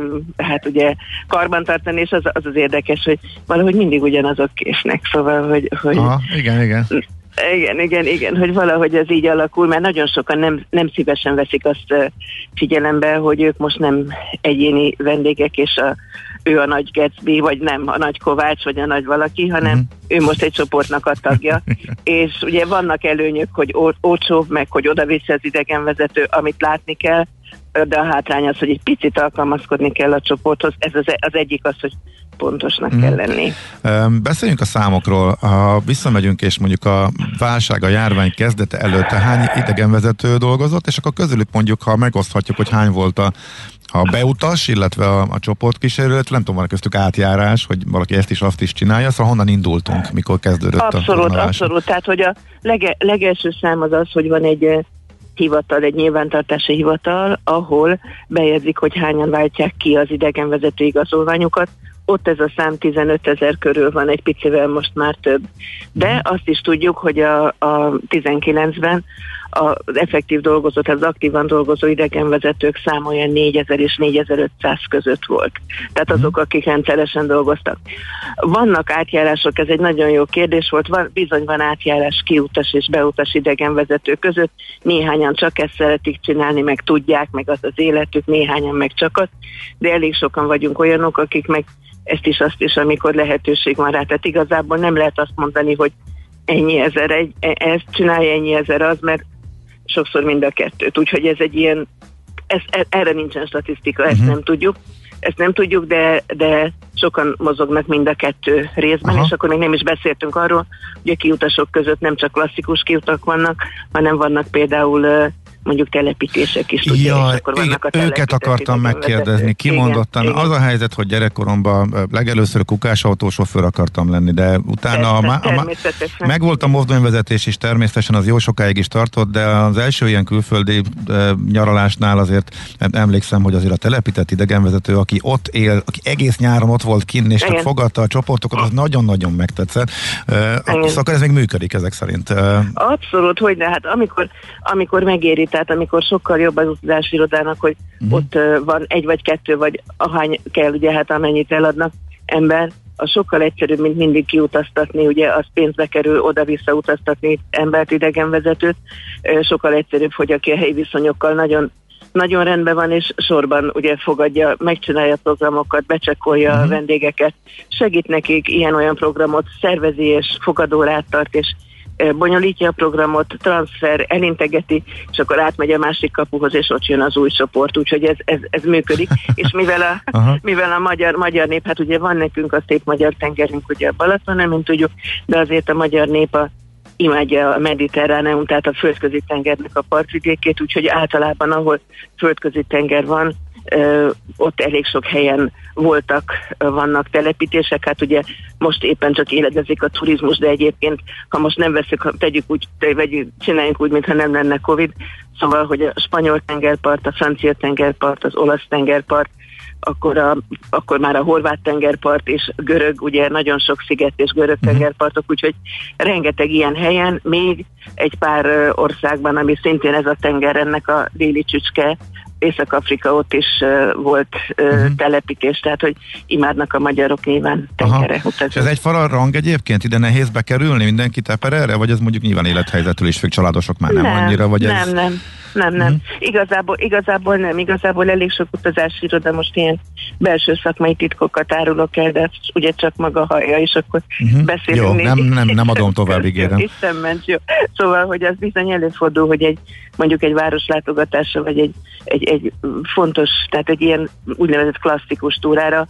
hát ugye karbantartani, és az, az az érdekes, hogy valahogy mindig ugyanazok késnek, szóval, hogy, hogy Aha, igen, igen. Igen, igen, igen, hogy valahogy ez így alakul, mert nagyon sokan nem, nem szívesen veszik azt figyelembe, hogy ők most nem egyéni vendégek, és a, ő a nagy Gatsby, vagy nem a nagy Kovács, vagy a nagy valaki, hanem mm. ő most egy csoportnak a tagja. És ugye vannak előnyök, hogy ó- olcsóbb, meg hogy oda viszi az idegenvezető, amit látni kell, de a hátrány az, hogy egy picit alkalmazkodni kell a csoporthoz. Ez az, az egyik az, hogy pontosnak mm. kell lenni. Beszéljünk a számokról. Ha visszamegyünk, és mondjuk a válság, a járvány kezdete előtt hány idegenvezető dolgozott, és akkor közülük mondjuk, ha megoszthatjuk, hogy hány volt a a beutas, illetve a, a csoportkísérő, nem tudom, van köztük átjárás, hogy valaki ezt is, azt is csinálja, szóval honnan indultunk, mikor kezdődött abszolút, a Abszolút, abszolút. Tehát, hogy a lege, legelső szám az az, hogy van egy hivatal, egy nyilvántartási hivatal, ahol bejegyzik, hogy hányan váltják ki az idegenvezető igazolványukat. Ott ez a szám tizenöt ezer körül van, egy picivel most már több. De azt is tudjuk, hogy a, a tizenkilencben az effektív dolgozó, tehát az aktívan dolgozó idegenvezetők száma olyan négyezer és négyezer-ötszáz között volt. Tehát azok, akik rendszeresen dolgoztak. Vannak átjárások, ez egy nagyon jó kérdés volt, van, bizony van átjárás kiutas és beutas idegenvezető között, néhányan csak ezt szeretik csinálni, meg tudják, meg az az életük, néhányan meg csak azt, de elég sokan vagyunk olyanok, akik meg ezt is, azt is, amikor lehetőség van rá. Tehát igazából nem lehet azt mondani, hogy ennyi ezer, egy, ezt csinálja, ennyi ezer az, mert sokszor mind a kettőt. Úgyhogy ez egy ilyen, ez, erre nincsen statisztika, ezt uh-huh. nem tudjuk. Ezt nem tudjuk, de, de sokan mozognak mind a kettő részben, Aha. és akkor még nem is beszéltünk arról, hogy a kiutasok között nem csak klasszikus kiutak vannak, hanem vannak például mondjuk telepítések is, tudja, ja, és akkor vannak igen, a őket akartam megkérdezni, kimondottan. Igen, az igen. a helyzet, hogy gyerekkoromban legelőször kukásautósofőr akartam lenni, de utána Persze, a, a, megvolt a mozdonyvezetés is, természetesen az jó sokáig is tartott, de az első ilyen külföldi e, nyaralásnál azért emlékszem, hogy azért a telepített idegenvezető, aki ott él, aki egész nyáron ott volt kinn, és csak fogadta a csoportokat, az nagyon-nagyon megtetszett. E, akkor ez még működik ezek szerint. E, Abszolút, hogy de hát amikor, amikor megéri, tehát amikor sokkal jobb az utazási irodának, hogy uh-huh. ott uh, van egy vagy kettő, vagy ahány kell, ugye hát amennyit eladnak ember, az sokkal egyszerűbb, mint mindig kiutaztatni, ugye az pénzbe kerül oda-vissza utaztatni embert, idegenvezetőt, uh, sokkal egyszerűbb, hogy aki a helyi viszonyokkal nagyon nagyon rendben van, és sorban ugye fogadja, megcsinálja programokat, becsekkolja uh-huh. a vendégeket, segít nekik ilyen-olyan programot, szervezi és fogadórát tart, és bonyolítja a programot, transfer, elintegeti, és akkor átmegy a másik kapuhoz, és ott jön az új csoport, úgyhogy ez, ez, ez működik. És mivel a, mivel a magyar, magyar nép, hát ugye van nekünk a szép magyar tengerünk, ugye a Balaton, nem mint tudjuk, de azért a magyar nép a, imádja a mediterráneum, tehát a földközi tengernek a partvidékét, úgyhogy általában, ahol földközi tenger van, Ö, ott elég sok helyen voltak, ö, vannak telepítések, hát ugye most éppen csak éledezik a turizmus, de egyébként, ha most nem veszük, ha tegyük úgy, vegyük, csináljunk úgy, mintha nem lenne Covid, szóval, hogy a spanyol tengerpart, a francia tengerpart, az olasz tengerpart, akkor, a, akkor már a horvát tengerpart és görög, ugye nagyon sok sziget és görög tengerpartok, úgyhogy rengeteg ilyen helyen, még egy pár ö, országban, ami szintén ez a tenger, ennek a déli csücske, Észak-Afrika, ott is uh, volt uh, uh-huh. telepítés, tehát hogy imádnak a magyarok nyilván tengerre utazni. És ez egy fararang egyébként, ide nehéz bekerülni, mindenki teper erre, vagy ez mondjuk nyilván élethelyzetől is függ, családosok már nem, nem annyira, vagy nem, ez... Nem, nem, nem, uh-huh. igazából, igazából nem, igazából elég sok utazási iroda most ilyen belső szakmai titkokat árulok el, de ugye csak maga hallja, és akkor uh-huh. beszélünk. Jó, nem, nem, nem adom tovább, ígérem. Isten ment, jó. Szóval, hogy az bizony előfordul, hogy egy mondjuk egy városlátogatásra, vagy egy, egy, egy fontos, tehát egy ilyen úgynevezett klasszikus túrára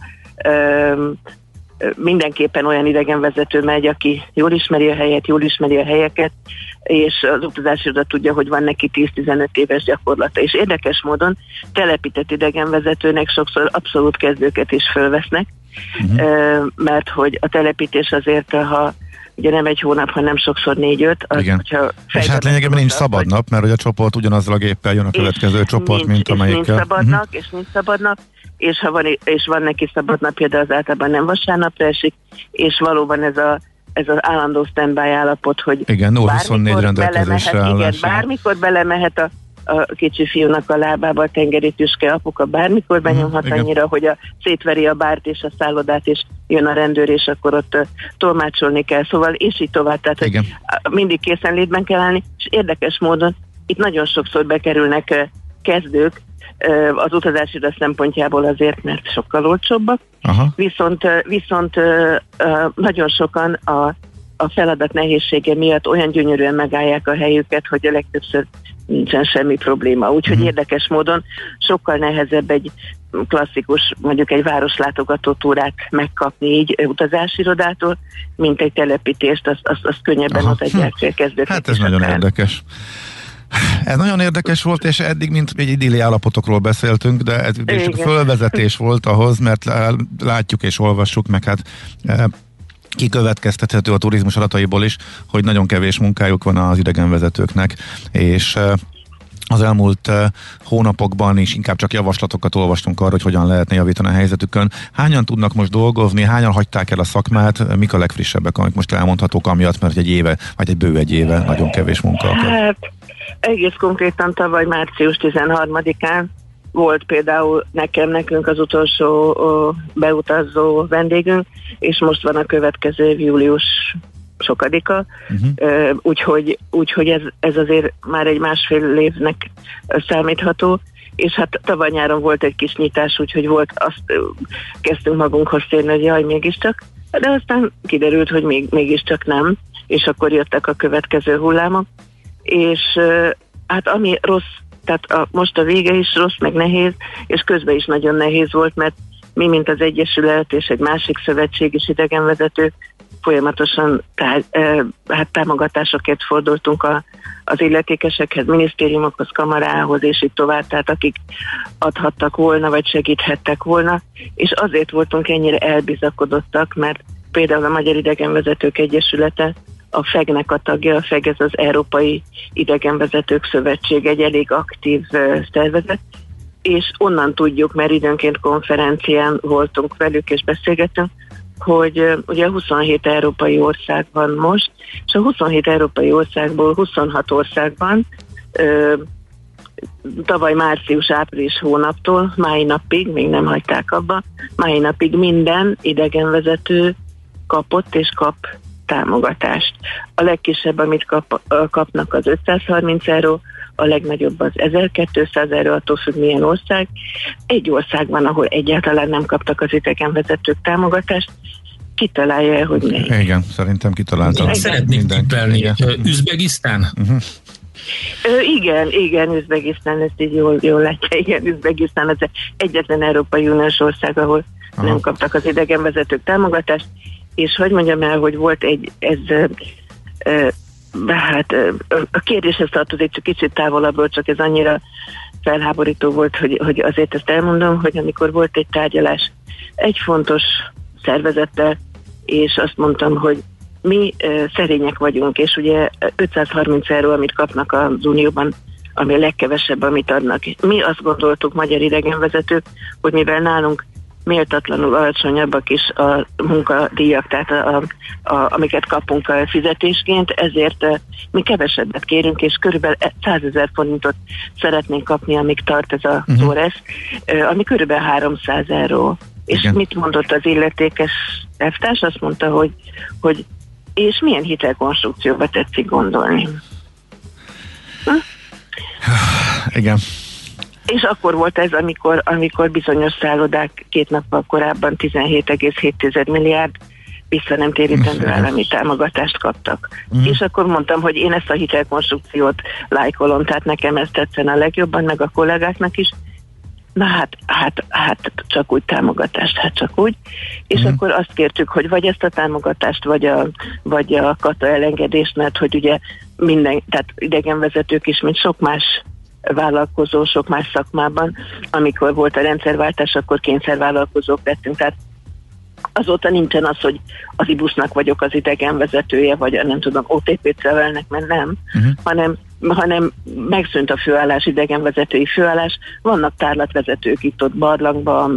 ö, mindenképpen olyan idegenvezető megy, aki jól ismeri a helyet, jól ismeri a helyeket, és az utazási iroda tudja, hogy van neki tíz-tizenöt éves gyakorlata. És érdekes módon telepített idegenvezetőnek sokszor abszolút kezdőket is fölvesznek, uh-huh. mert hogy a telepítés azért, ha ugye nem egy hónap, hanem sokszor négy-öt. Az, igen. És hát lényegében nincs szabad nap, mert hogy a csoport ugyanazzal a géppel jön a következő csoport, nincs, mint amelyikkel. És nincs szabad uh-huh. nap, és nincs szabad nap, és, ha van, és van neki szabad napja, de az általában nem vasárnapra esik, és valóban ez a ez az állandó standby állapot, hogy igen, nulla huszonnégy rendelkezésre állás. Igen, bármikor belemehet a, a kicsi fiúnak a lábába a tengeri tüske, apuka bármikor benyomhat mm, annyira, hogy a szétveri a bárt és a szállodát, és jön a rendőr, és akkor ott uh, tolmácsolni kell, szóval, és így tovább, tehát hogy mindig készenlétben kell állni, és érdekes módon itt nagyon sokszor bekerülnek uh, kezdők, uh, az utazási szempontjából azért, mert sokkal olcsóbbak, aha. viszont, uh, viszont uh, uh, nagyon sokan a, a feladat nehézsége miatt olyan gyönyörűen megállják a helyüket, hogy a legtöbbször nincsen semmi probléma. Úgyhogy uh-huh. érdekes módon sokkal nehezebb egy klasszikus, mondjuk egy városlátogató túrát megkapni így utazásirodától, mint egy telepítést, azt, azt, azt könnyebben aha. adják hm. kezdőket. Hát ez nagyon akár. érdekes. Ez nagyon érdekes volt, és eddig mint egy idilli állapotokról beszéltünk, de ez csak fölvezetés volt ahhoz, mert látjuk és olvassuk, meg hát kikövetkeztethető a turizmus adataiból is, hogy nagyon kevés munkájuk van az idegenvezetőknek, és az elmúlt hónapokban is inkább csak javaslatokat olvastunk arra, hogy hogyan lehetne javítani a helyzetükön. Hányan tudnak most dolgozni, hányan hagyták el a szakmát, mik a legfrissebbek, amik most elmondhatók amiatt, mert egy éve, vagy egy bő egy éve nagyon kevés munka. Hát egész konkrétan tavaly március tizenharmadikán volt például nekem, nekünk az utolsó ó, beutazó vendégünk, és most van a következő év július sokadika, uh-huh. úgyhogy, úgyhogy ez, ez azért már egy másfél évnek számítható, és hát tavaly nyáron volt egy kis nyitás, úgyhogy volt, azt kezdtünk magunkhoz térni, hogy jaj, mégiscsak, de aztán kiderült, hogy még, mégiscsak nem, és akkor jöttek a következő hullámok, és hát ami rossz, tehát a, most a vége is rossz, meg nehéz, és közben is nagyon nehéz volt, mert mi, mint az Egyesület és egy másik szövetség is idegenvezető, folyamatosan tá, e, hát támogatásokért fordultunk a, az illetékesekhez, minisztériumokhoz, kamarához, és így tovább, tehát akik adhattak volna, vagy segíthettek volna, és azért voltunk ennyire elbizakodottak, mert például a Magyar Idegenvezetők Egyesülete, a fegnek a tagja, a feg ez az Európai Idegenvezetők Szövetség, egy elég aktív uh, szervezet, és onnan tudjuk, mert időnként konferencián voltunk velük és beszélgetünk, hogy uh, ugye huszonhét európai ország van most, és a huszonhét európai országból huszonhat országban uh, tavaly március-április hónaptól máj napig, még nem hagyták abba, máj napig minden idegenvezető kapott és kap támogatást. A legkisebb, amit kap, kapnak, az ötszázharminc euró, a legnagyobb az ezerkétszáz euró, attól függ milyen ország. Egy ország van, ahol egyáltalán nem kaptak az idegenvezetők támogatást. Kitalálja el, hogy ne? Igen, szerintem kitaláltam. Szeretnék tippelni. Üzbegisztán? Uh-huh. Ö, igen, igen, Üzbegisztán, ezt így jól, jól látja, igen, Üzbegisztán az egyetlen Európai Uniós ország, ahol aha. nem kaptak az idegenvezetők támogatást, és hogy mondjam el, hogy volt egy, ez, e, hát e, a kérdéshez tartozik, csak kicsit távolabbról, csak ez annyira felháborító volt, hogy, hogy azért ezt elmondom, hogy amikor volt egy tárgyalás egy fontos szervezettel, és azt mondtam, hogy mi e, szerények vagyunk, és ugye ötszázharminc euró, amit kapnak az Unióban, ami a legkevesebb, amit adnak. Mi azt gondoltuk, magyar idegenvezetők, hogy mivel nálunk méltatlanul alacsonyabbak is a munkadíjak, tehát a, a, a, amiket kapunk a fizetésként, ezért uh, mi kevesebbet kérünk, és körülbelül százezer forintot szeretnénk kapni, amíg tart ez a uh-huh. Torres, uh, ami körülbelül háromszáz euró. És igen. mit mondott az illetékes elvtárs? Azt mondta, hogy, hogy és milyen hitelkonstrukcióba tetszik gondolni. Hm? Igen. És akkor volt ez, amikor, amikor bizonyos szállodák két nappal korábban tizenhét egész hét milliárd vissza nem térítendő állami támogatást kaptak. Mm. És akkor mondtam, hogy én ezt a hitelkonstrukciót lájkolom, tehát nekem ez tetszene a legjobban, meg a kollégáknak is. Na hát, hát, hát csak úgy támogatást, hát csak úgy. És mm. akkor azt kértük, hogy vagy ezt a támogatást, vagy a, vagy a kata elengedést, mert hogy ugye minden, tehát idegenvezetők is, mint sok más vállalkozó, sok más szakmában, amikor volt a rendszerváltás, akkor kényszervállalkozók lettünk. Tehát azóta nincsen az, hogy az i busznak vagyok az idegenvezetője, vagy a nem tudom, o té pét szerelnek, mert nem, uh-huh. hanem, hanem megszűnt a főállás, idegenvezetői főállás. Vannak tárlatvezetők itt ott barlangban, meg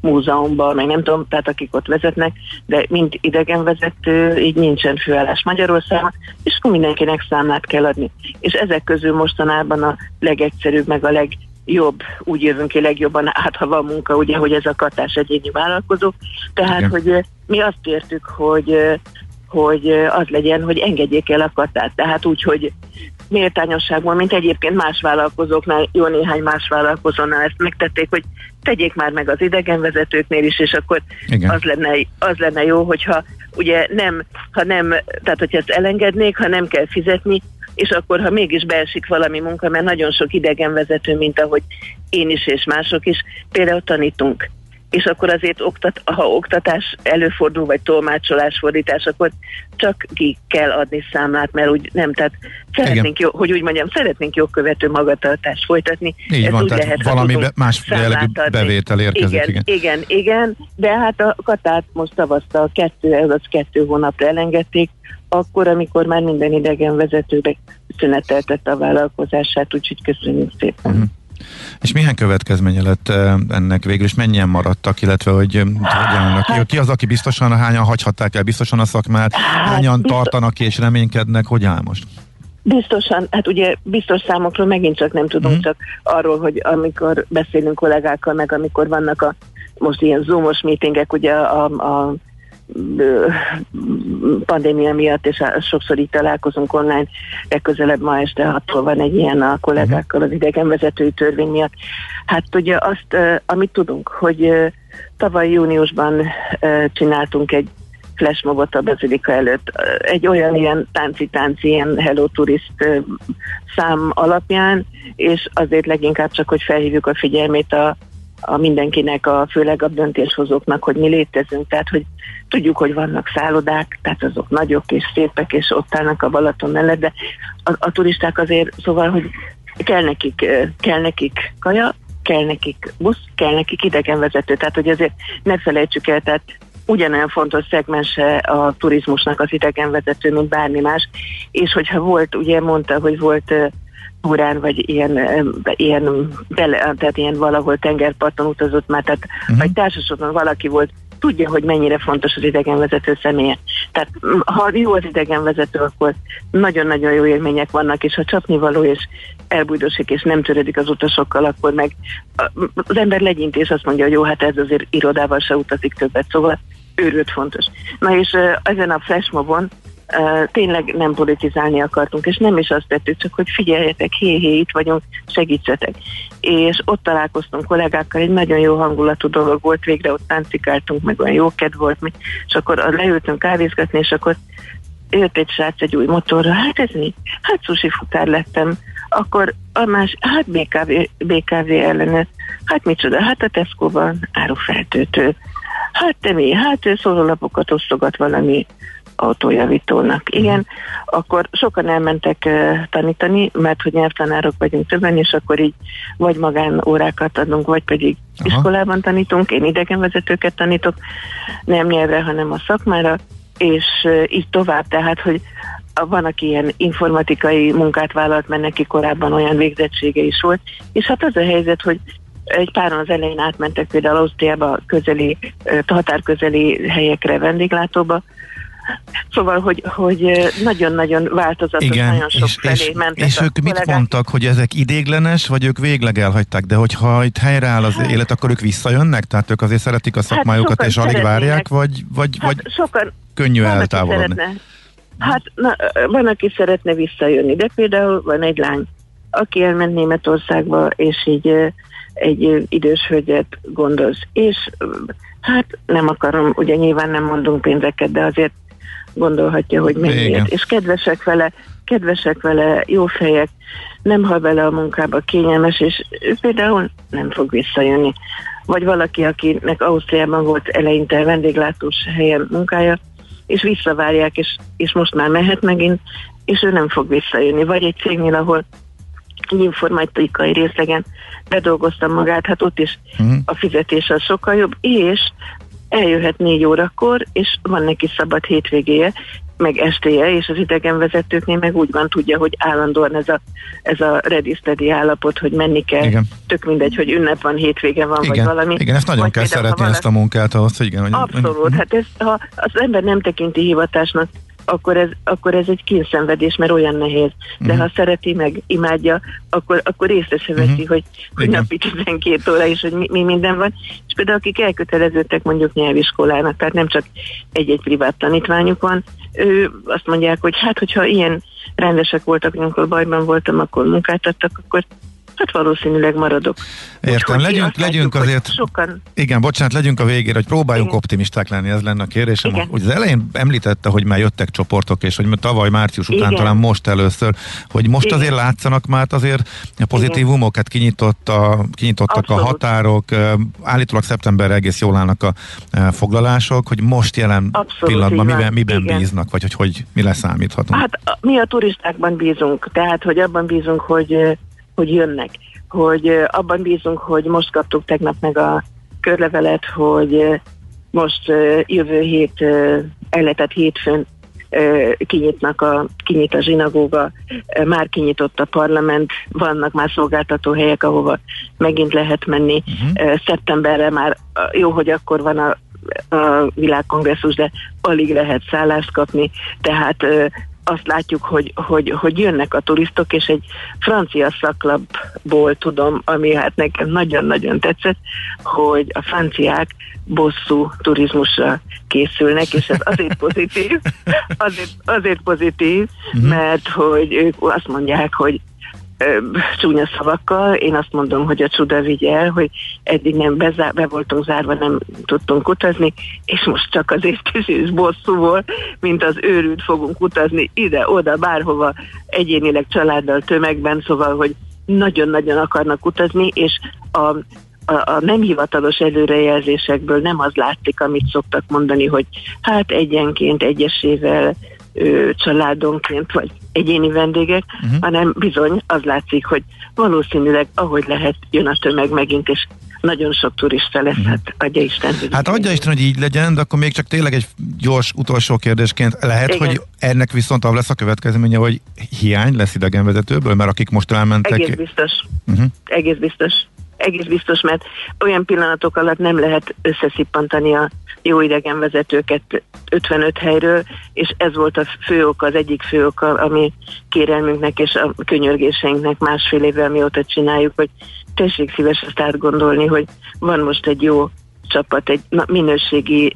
múzeumban, meg nem tudom, tehát akik ott vezetnek, de mint idegenvezető, így nincsen főállás Magyarországon, és akkor mindenkinek számlát kell adni. És ezek közül mostanában a legegyszerűbb, meg a legjobb, úgy jövünk ki legjobban át, ha van munka, ugye, hogy ez a katás egyéni vállalkozó. Tehát, igen, hogy mi azt értük, hogy, hogy az legyen, hogy engedjék el a katát. Tehát úgy, hogy méltányosságban, mint egyébként más vállalkozóknál, jó néhány más vállalkozónál ezt megtették, hogy tegyék már meg az idegenvezetőknél is, és akkor az lenne, az lenne jó, hogyha ugye nem, ha nem, tehát hogyha ezt elengednék, ha nem kell fizetni, és akkor, ha mégis beesik valami munka, mert nagyon sok idegenvezető, mint ahogy én is és mások is, például tanítunk. És akkor azért, oktat, ha oktatás előfordul, vagy tolmácsolás, fordítás, akkor csak ki kell adni számlát, mert úgy nem, tehát szeretnénk, jó, hogy úgy mondjam, szeretnénk jogkövető magatartást folytatni. Így ez van, úgy tehát lehet, valami be, más jellegű bevétel érkezik. Igen, igen, igen, igen, de hát a katát most tavasztal kettő, az kettő hónapra elengedték, akkor, amikor már minden idegenvezetőnek szüneteltette a vállalkozását, úgyhogy köszönjük szépen. Uh-huh. És milyen következménye lett ennek végül, és mennyien maradtak, illetve hogy hogy állnak? Hát, ki az, aki biztosan, hányan hagyhatták el biztosan a szakmát, hát, hányan biztos, tartanak és reménykednek, hogy áll most? Biztosan, hát ugye biztos számokról megint csak nem tudunk, mm. csak arról, hogy amikor beszélünk kollégákkal, meg amikor vannak a most ilyen zoomos meetingek, ugye a, a pandémia miatt, és sokszor így találkozunk online, legközelebb ma este hattól van egy ilyen a kollégákkal az idegenvezetői törvény miatt. Hát ugye azt, amit tudunk, hogy tavaly júniusban csináltunk egy flashmobot a bazilika előtt, egy olyan ilyen tánci-tánci, ilyen Hello Tourist szám alapján, és azért leginkább csak, hogy felhívjuk a figyelmét a a mindenkinek, a, főleg a döntéshozóknak, hogy mi létezünk, tehát hogy tudjuk, hogy vannak szállodák, tehát azok nagyok és szépek, és ott állnak a Balaton mellett, de a, a turisták azért, szóval, hogy kell nekik, kell nekik kaja, kell nekik busz, kell nekik idegenvezető, tehát hogy azért ne felejtsük el, tehát ugyanolyan fontos szegmense a turizmusnak az idegenvezető, mint bármi más, és hogyha volt, ugye mondta, hogy volt túrán, vagy ilyen, ilyen, bele, tehát ilyen valahol tengerparton utazott már, tehát uh-huh. vagy társaságban valaki volt, tudja, hogy mennyire fontos az idegenvezető személye. Tehát ha jó az idegenvezető, akkor nagyon-nagyon jó élmények vannak, és ha csapnivaló és elbújdosik, és nem törődik az utasokkal, akkor meg az ember legyint, és azt mondja, hogy jó, hát ez azért irodával se utazik többet, szóval őrült fontos. Na és ezen a flashmobon Uh, tényleg nem politizálni akartunk, és nem is azt tettük, csak hogy figyeljetek, hé-hé, itt vagyunk, segítsetek. És ott találkoztunk kollégákkal, egy nagyon jó hangulatú dolog volt, végre ott táncikáltunk, meg olyan jó kedv volt, és akkor leültünk kávézgatni, és akkor jött egy srác egy új motorra, hát ez mi? Hát sushi futár lettem. Akkor a más, hát bé ká vé, bé ká vé ellenes, hát micsoda, hát a Tesco-ban árufeltöltő. Hát te mi? Hát szórólapokat osztogat valami autójavítónak. Igen, uh-huh. Akkor sokan elmentek uh, tanítani, mert hogy nyelvtanárok vagyunk többen, és akkor így vagy magánórákat adunk, vagy pedig uh-huh. iskolában tanítunk. Én idegenvezetőket tanítok, nem nyelvre, hanem a szakmára, és uh, így tovább, tehát, hogy van, aki ilyen informatikai munkát vállalt, mert neki korábban olyan végzettsége is volt, és hát az a helyzet, hogy egy páran az elején átmentek például Ausztriába, közeli, határközeli helyekre, vendéglátóba. Szóval, hogy, hogy nagyon-nagyon változatos, igen, nagyon sok és, felé és, mentek. És ők mit kollégák. Mondtak, hogy ezek idéglenes, vagy ők végleg elhagyták, de hogyha itt helyreáll az hát, élet, akkor ők visszajönnek? Tehát ők azért szeretik a szakmájukat, hát és alig várják, vagy, vagy, hát vagy sokan, könnyű eltávolodni? Hát na, van, aki szeretne visszajönni, de például van egy lány, aki elment Németországba, és így egy idős hölgyet gondoz, és hát nem akarom, ugye nyilván nem mondunk pénzeket, de azért gondolhatja, hogy mennyiért, és kedvesek vele, kedvesek vele, jó fejek, nem hal bele a munkába, kényelmes, és például nem fog visszajönni. Vagy valaki, akinek Ausztriában volt eleinte vendéglátós helyen munkája, és visszavárják, és, és most már mehet megint, és ő nem fog visszajönni. Vagy egy cégnél, ahol egy informatikai részlegen bedolgoztam magát, hát ott is uh-huh. a fizetés az sokkal jobb, és eljöhet négy órakor, és van neki szabad hétvégéje, meg estéje, és az idegenvezetőknél meg úgy van, tudja, hogy állandóan ez a, ez a ready steady állapot, hogy menni kell. Igen. Tök mindegy, hogy ünnep van, hétvége van, igen. vagy valami. Igen, ezt nagyon vagy kell szeretni valaki... ezt a munkát ahhoz, hogy igen. Hogy... Abszolút, hát ez, ha az ember nem tekinti hivatásnak, akkor ez, akkor ez egy kínszenvedés, mert olyan nehéz. De uh-huh. ha szereti, meg imádja, akkor, akkor észre se veszi, uh-huh. hogy, hogy napi tizenkét óra is, hogy mi, mi minden van. És például akik elköteleződtek mondjuk nyelviskolának, tehát nem csak egy-egy privát tanítványuk van, ő azt mondják, hogy hát, hogyha ilyen rendesek voltak, amikor bajban voltam, akkor munkát adtak, akkor hát valószínűleg maradok. Értem, úgy, legyünk, legyünk látjuk, azért, sokan... igen, bocsánat, legyünk a végére, hogy próbáljunk igen. optimisták lenni, ez lenne a kérdésem. Ugye az elején említette, hogy már jöttek csoportok, és hogy tavaly március után igen. talán most először, hogy most igen. azért látszanak már azért pozitívumokat, kinyitott a, kinyitottak abszolút. A határok, állítólag szeptemberre egész jól állnak a foglalások, hogy most jelen abszolút pillanatban miben, miben bíznak, vagy hogy, hogy mi leszámíthatunk? Hát mi a turistákban bízunk, tehát hogy abban bízunk, hogy hogy jönnek, hogy abban bízunk, hogy most kaptuk tegnap meg a körlevelet, hogy most jövő hét, elletett hétfőn kinyitnak a, kinyit a zsinagóga, már kinyitott a parlament, vannak már szolgáltató helyek, ahova megint lehet menni. Uh-huh. Szeptemberre már jó, hogy akkor van a, a világkongresszus, de alig lehet szállást kapni, tehát azt látjuk, hogy, hogy, hogy jönnek a turistok, és egy francia szaklapból tudom, ami hát nekem nagyon-nagyon tetszett, hogy a franciák bosszú turizmusra készülnek, és ez azért pozitív, azért, azért pozitív, uh-huh. mert hogy ők azt mondják, hogy csúnya szavakkal, én azt mondom, hogy a csuda vigyel, hogy eddig nem bezár, be voltunk zárva, nem tudtunk utazni, és most csak azért is bosszúból, mint az őrült fogunk utazni ide-oda, bárhova, egyénileg, családdal, tömegben, szóval, hogy nagyon-nagyon akarnak utazni, és a, a, a nem hivatalos előrejelzésekből nem az látszik, amit szoktak mondani, hogy hát egyenként, egyesével, ö, családonként, vagy egyéni vendégek, uh-huh. hanem bizony az látszik, hogy valószínűleg ahogy lehet, jön a tömeg megint, és nagyon sok turista lesz, uh-huh. hát adja Isten. Hát adja Isten, hogy így legyen, de akkor még csak tényleg egy gyors utolsó kérdésként lehet, igen. hogy ennek viszont az lesz a következménye, hogy hiány lesz idegenvezetőből, mert akik most elmentek... Egész biztos. Uh-huh. Egész biztos. Egész biztos, mert olyan pillanatok alatt nem lehet összeszippantani a jó idegenvezetőket ötvenöt helyről, és ez volt a fő oka, az egyik fő oka, ami kérelmünknek és a könyörgéseinknek másfél évvel mióta csináljuk, hogy tessék szíves azt átgondolni, hogy van most egy jó csapat, egy minőségi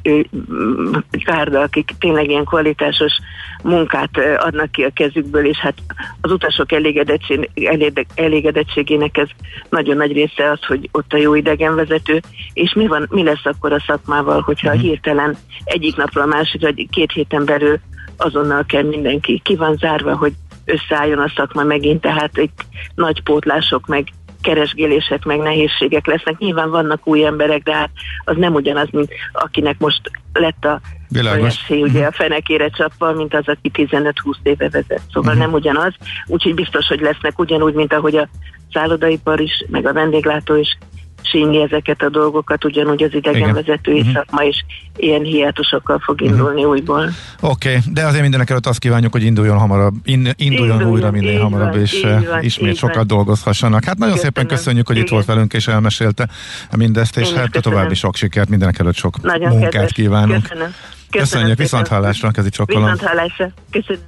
gárda, akik tényleg ilyen kvalitásos munkát adnak ki a kezükből, és hát az utasok elégedettség, elégedettségének ez nagyon nagy része az, hogy ott a jó idegenvezető, és mi, van, mi lesz akkor a szakmával, hogyha uh-huh. hirtelen egyik napra a másik, vagy két héten belül azonnal kell mindenki. Ki van zárva, hogy összeálljon a szakma megint, tehát itt nagy pótlások, meg keresgélések, meg nehézségek lesznek. Nyilván vannak új emberek, de hát az nem ugyanaz, mint akinek most lett a esély, ugye a fenekére csapva, mint az, aki tizenöt-húsz éve vezet. Szóval uh-huh. nem ugyanaz. Úgyhogy biztos, hogy lesznek ugyanúgy, mint ahogy a szállodaipar is, meg a vendéglátó is sínli ezeket a dolgokat, ugyanúgy az idegenvezetői uh-huh. szakma is ilyen hiátusokkal fog indulni uh-huh. újból. Oké, okay, de azért mindenek előtt azt kívánjuk, hogy induljon hamarabb, in, induljon, induljon újra minél hamarabb, van, és van, ismét sokat van. dolgozhassanak. Hát nagyon Köszönöm. szépen köszönjük, hogy Igen. itt volt velünk, és elmesélte mindezt, és Én hát a további sok sikert, mindenek előtt sok nagyon munkát kedves. kívánunk. Köszönöm. Köszönöm Köszönjük, viszonthallásra, kezi csokolom. Viszonthallásra, köszönöm.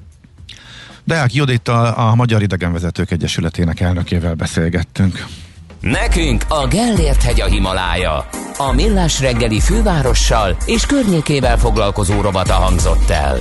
Deák Judit a, a Magyar Idegenvezetők Egyesületének elnökével beszélgettünk. Nekünk a Gellért-hegy a Himalája. A Millás reggeli fővárossal és környékével foglalkozó rovata hangzott el.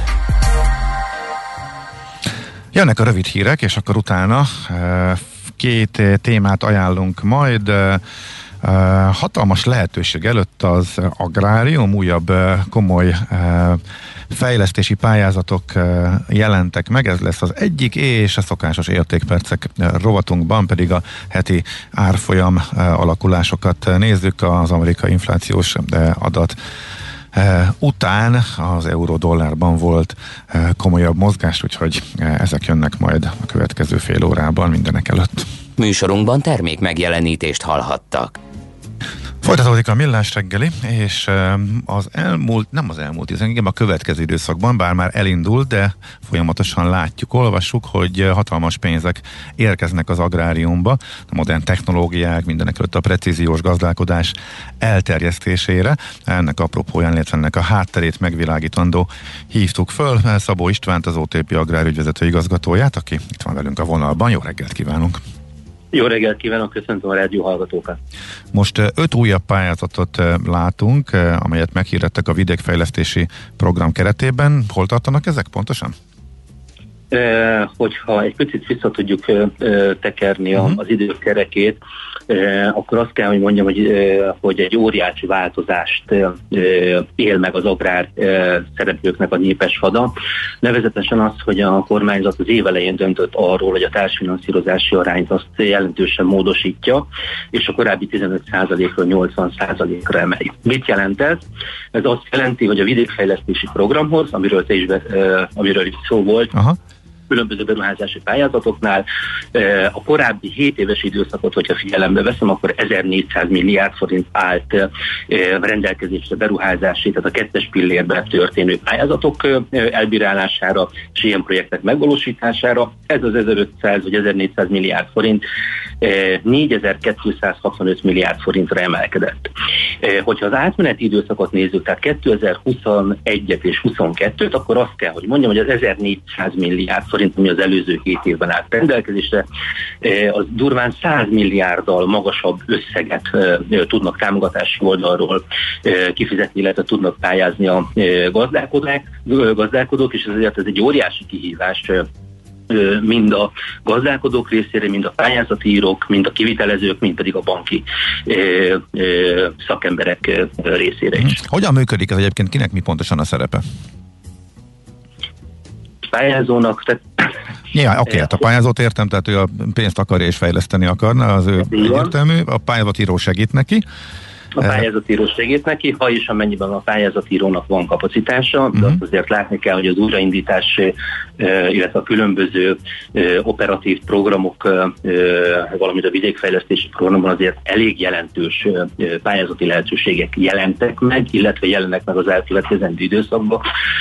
Jönnek a rövid hírek, és akkor utána két témát ajánlunk majd. Hatalmas lehetőség előtt az agrárium, újabb komoly fejlesztési pályázatok jelentek meg, ez lesz az egyik, és a szokásos értékpercek rovatunkban pedig a heti árfolyam alakulásokat nézzük. Az amerikai inflációs adat után az euró-dollárban volt komolyabb mozgás, úgyhogy ezek jönnek majd a következő fél órában mindenek előtt. Műsorunkban termék megjelenítést hallhattak. Folytatódik a Millás reggeli, és az elmúlt, nem az elmúlt, hiszen a következő időszakban, bár már elindult, de folyamatosan látjuk, olvassuk, hogy hatalmas pénzek érkeznek az agráriumba, a modern technológiák, mindenekelőtt a precíziós gazdálkodás elterjesztésére. Ennek apropóján, illetve ennek a hátterét megvilágítandó hívtuk föl Szabó Istvánt, az o té pé agrárügyvezető igazgatóját, aki itt van velünk a vonalban. Jó reggelt kívánunk! Jó reggelt kívánok, köszöntöm a rádió hallgatókat. Most öt újabb pályázatot látunk, amelyet meghirdettek a vidékfejlesztési program keretében. Hol tartanak ezek pontosan? Eh, hogyha egy picit vissza tudjuk eh, tekerni uh-huh. az idők kerekét, eh, akkor azt kell, hogy mondjam, hogy, eh, hogy egy óriási változást eh, él meg az agrár eh, szereplőknek a népes hada. Nevezetesen az, hogy a kormányzat az év elején döntött arról, hogy a társfinanszírozási arányt azt jelentősen módosítja, és a korábbi tizenöt százalékról nyolcvan százalékra emeli. Mit jelent ez? Ez azt jelenti, hogy a vidékfejlesztési programhoz, amiről, te is be, eh, amiről is szó volt, Aha. különböző beruházási pályázatoknál. A korábbi hét éves időszakot, hogyha figyelembe veszem, akkor ezernégyszáz milliárd forint állt rendelkezésre beruházási, tehát a kettes pillérben történő pályázatok elbírálására és ilyen projektek megvalósítására. Ez az ezerötszáz vagy ezernégyszáz milliárd forint négyezer-kétszázhatvanöt milliárd forintra emelkedett. Hogyha az átmeneti időszakot nézzük, tehát kétezer-huszonegyet és huszonkettőt, akkor azt kell, hogy mondjam, hogy az ezernégyszáz milliárd forint, ami az előző hét évben állt rendelkezésre, az durván száz milliárddal magasabb összeget tudnak támogatási oldalról kifizetni, illetve tudnak pályázni a gazdálkodók, és ezért ez egy óriási kihívás mind a gazdálkodók részére, mind a pályázati írók, mind a kivitelezők, mind pedig a banki ö, ö, szakemberek részére is. Hogyan működik ez egyébként? Kinek mi pontosan a szerepe? Pályázónak, tehát... Ja, oké, hát a pályázót értem, tehát ő a pénzt akarja és fejleszteni akarna, az ő egyértelmű, a pályázatíró segít neki. A pályázatíró segít neki, ha is amennyiben a pályázatírónak van kapacitása, de uh-huh. azt azért látni kell, hogy az újraindítás, illetve a különböző operatív programok, valamint a vidékfejlesztési programban azért elég jelentős pályázati lehetőségek jelentek meg, illetve jelennek meg az elkövetkezendő időszakban,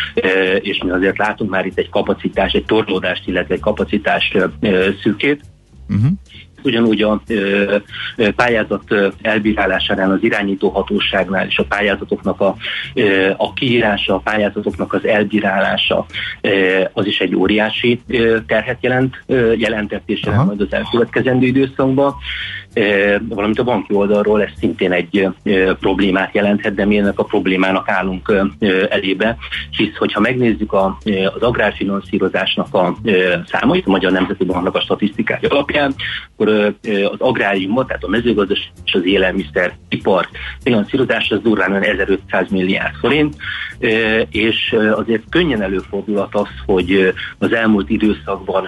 és mi azért látunk már itt egy kapacitás, egy torlódást, illetve egy kapacitás szűkét. Uh-huh. Ugyanúgy a ö, pályázat elbírálásánál, az irányító hatóságnál és a pályázatoknak a, ö, a kiírása, a pályázatoknak az elbírálása ö, az is egy óriási ö, terhet jelent, ö, jelentett és jelent majd az elkövetkezendő időszakban. Ö, valamint a banki oldalról ez szintén egy ö, problémát jelenthet, de mi ennek a problémának állunk ö, elébe, hisz hogyha megnézzük a, az agrárfinanszírozásnak a ö, számait, a Magyar Nemzeti Banknak a statisztikája alapján, akkor az agráriumot, tehát a mezőgazdaság és az élelmiszer ipar finanszírozás az durván ezerötszáz milliárd forint, és azért könnyen előfordulhat az, hogy az elmúlt időszakban,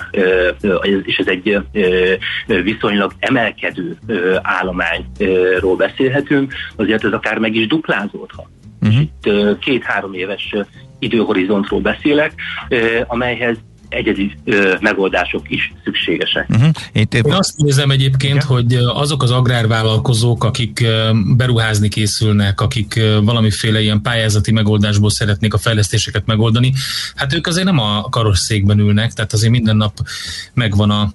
és ez egy viszonylag emelkedő állományról beszélhetünk, azért ez akár meg is duplázódhat. Uh-huh. Itt két-három éves időhorizontról beszélek, amelyhez egyedi ö, megoldások is szükségesek. Uh-huh. Én azt nézem egyébként, igen, hogy azok az agrárvállalkozók, akik beruházni készülnek, akik valamiféle ilyen pályázati megoldásból szeretnék a fejlesztéseket megoldani, hát ők azért nem a karosszékben ülnek, tehát azért minden nap megvan a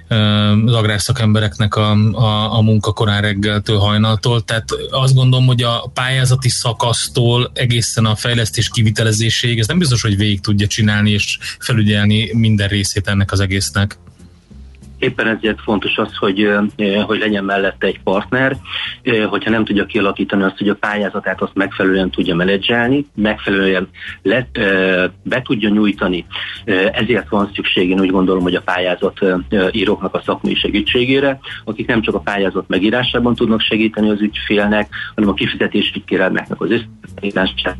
az agrárszakembereknek a, a, a munka korán reggeltől hajnaltól, tehát azt gondolom, hogy a pályázati szakasztól egészen a fejlesztés kivitelezéséig ez nem biztos, hogy végig tudja csinálni és felügyelni minden részét ennek az egésznek. Éppen ezért fontos az, hogy, hogy legyen mellette egy partner, hogyha nem tudja kialakítani azt, hogy a pályázatát azt megfelelően tudja menedzselni, megfelelően le, be tudja nyújtani. Ezért van szükség, én úgy gondolom, hogy a pályázat íróknak a szakmai segítségére, akik nem csak a pályázat megírásában tudnak segíteni az ügyfélnek, hanem a kifizetési kérelmeknek az összeállítását.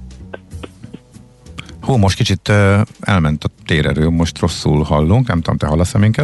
Hú, most kicsit uh, elment a térerő, most rosszul hallunk, nem tudom, te hallasz-e minket?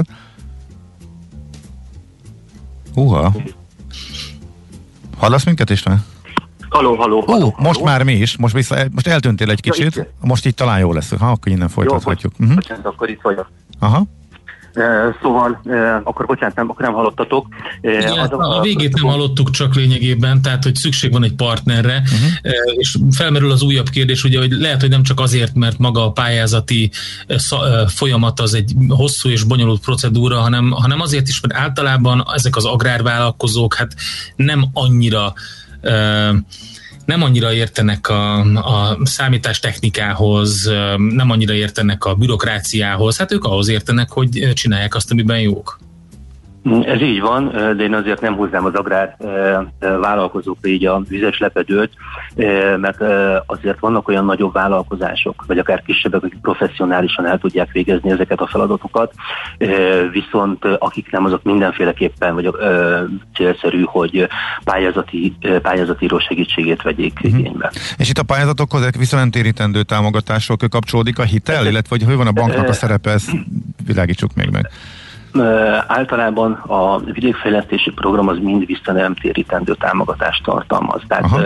Húha! Hallasz minket, István? Halló, halló, halló. Ó, most már mi is, most, vissza, most eltűntél egy kicsit, ja, most így talán jó lesz, ha akkor innen folytathatjuk. Jó, uh-huh. Bocsánat, akkor itt vagyok. Aha. Szóval, akkor bocsánat, nem, akkor nem hallottatok. Igen, az a, a végét nem hallottuk csak lényegében, tehát, hogy szükség van egy partnerre, uh-huh. és felmerül az újabb kérdés, ugye, hogy lehet, hogy nem csak azért, mert maga a pályázati folyamat az egy hosszú és bonyolult procedúra, hanem, hanem azért is, mert általában ezek az agrárvállalkozók hát nem annyira nem annyira értenek a, a számítástechnikához, nem annyira értenek a bürokráciához, hát ők ahhoz értenek, hogy csinálják azt, amiben jók. Ez így van, de én azért nem húznám az agrár vállalkozókra így a vizes lepedőt, mert azért vannak olyan nagyobb vállalkozások, vagy akár kisebbek, akik professzionálisan el tudják végezni ezeket a feladatokat, viszont akik nem, azok mindenféleképpen vagy célszerű, hogy pályázati, pályázatíró segítségét vegyék uh-huh. igénybe. És itt a pályázatokhoz visszanemtérítendő támogatásról kapcsolódik a hitel, illetve hogy hogy van a banknak a szerepe, ezt világítsuk még meg. Uh, általában a vidékfejlesztési program az mind visszanemtérítendő támogatást tartalmaz. Tehát uh,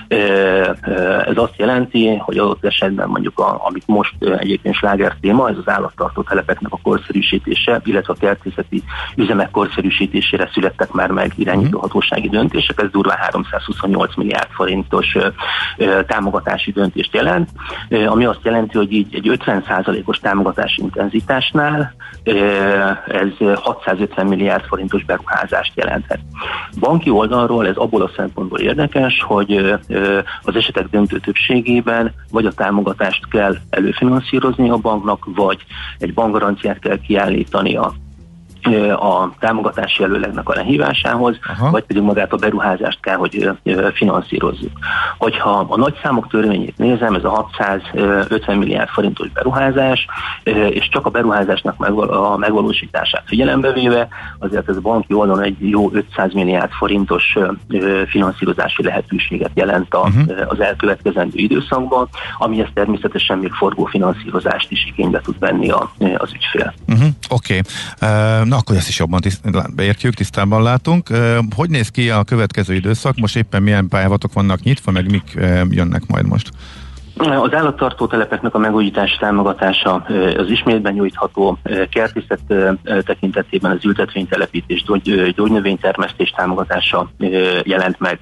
uh, ez azt jelenti, hogy adott esetben mondjuk, a, amit most uh, egyébként sláger téma, ez az állattartó telepeknek a korszerűsítése, illetve a kertészeti üzemek korszerűsítésére születtek már meg irányítóhatósági döntések, ez durván háromszázhuszonnyolc milliárd forintos uh, uh, támogatási döntést jelent, uh, ami azt jelenti, hogy így egy ötven százalékos támogatási intenzitásnál uh, ez hatszázötven milliárd forintos beruházást jelenthet. Banki oldalról ez abból a szempontból érdekes, hogy az esetek döntő többségében vagy a támogatást kell előfinanszírozni a banknak, vagy egy bankgaranciát kell kiállítania a támogatási előlegnek a lehívásához, Aha. vagy pedig magát a beruházást kell, hogy finanszírozzuk. Hogyha a nagyszámok törvényét nézem, ez a hatszázötven milliárd forintos beruházás, és csak a beruházásnak a megvalósítását figyelembe véve, azért ez a banki oldalon egy jó ötszáz milliárd forintos finanszírozási lehetőséget jelent az elkövetkezendő időszakban, amihez természetesen még forgó finanszírozást is igénybe tud venni az ügyfél. Uh-huh. Oké. Okay. Uh, Na, akkor ezt is jobban tiszt- beértjük, tisztában látunk. Hogy néz ki a következő időszak? Most éppen milyen pályázatok vannak nyitva, meg mik jönnek majd most? Az állattartó telepeknek a megújítási támogatása az ismétben nyújtható, kertészet tekintetében az ültetvénytelepítés, gyógy, gyógynövénytermesztés támogatása jelent meg,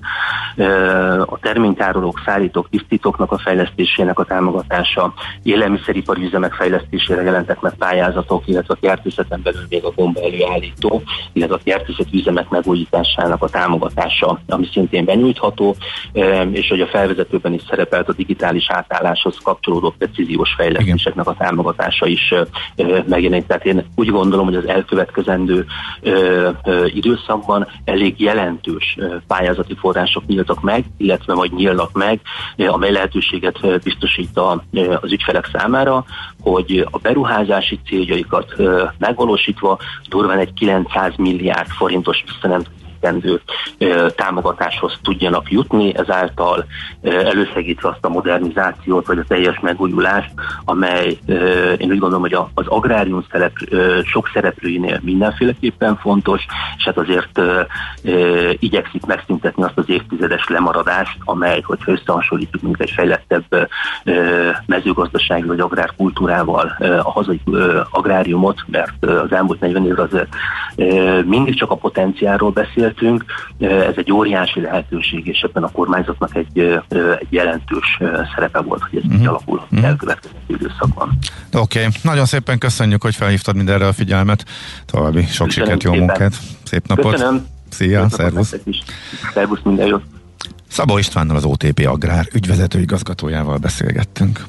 a terménytárolók, szállítók, tisztítóknak a fejlesztésének a támogatása, élelmiszeripari üzemek fejlesztésére jelentek meg pályázatok, illetve a kertészeten belül még a gomba előállító, illetve a kertészeti üzemek megújításának a támogatása, ami szintén benyújtható, és hogy a felvezetőben is szerepelt a digitális átálláshoz kapcsolódó precíziós fejlesztéseknek a támogatása is ö, megjelenik. Tehát én úgy gondolom, hogy az elkövetkezendő ö, ö, időszakban elég jelentős ö, pályázati források nyíltak meg, illetve majd nyílnak meg, ö, amely lehetőséget ö, biztosít a, ö, az ügyfelek számára, hogy a beruházási céljaikat ö, megvalósítva durván egy kilencszáz milliárd forintos visszanemtérítendő támogatáshoz tudjanak jutni, ezáltal elősegítve azt a modernizációt, vagy a teljes megújulást, amely én úgy gondolom, hogy az agrárium szerep, sok szereplőinél mindenféleképpen fontos, és hát azért igyekszik megszüntetni azt az évtizedes lemaradást, amely, hogyha összehasonlítjuk mint egy fejlettebb mezőgazdasági vagy agrárkultúrával a hazai agráriumot, mert az elmúlt negyven évre azért mindig csak a potenciálról beszél, ez egy óriási lehetőség, és ebben a kormányzatnak egy, egy jelentős szerepe volt, hogy ez mm-hmm. így alakulhat mm-hmm. elkövetkező időszakban. Oké, okay. Nagyon szépen köszönjük, hogy felhívtad mindenre a figyelmet. További sok Köszönöm sikert, jó szépen. Munkát, szép napot. Köszönöm. Szia, szervusz. Szervusz, minden jót. Szabó Istvánnal, az o té pé Agrár ügyvezető igazgatójával beszélgettünk.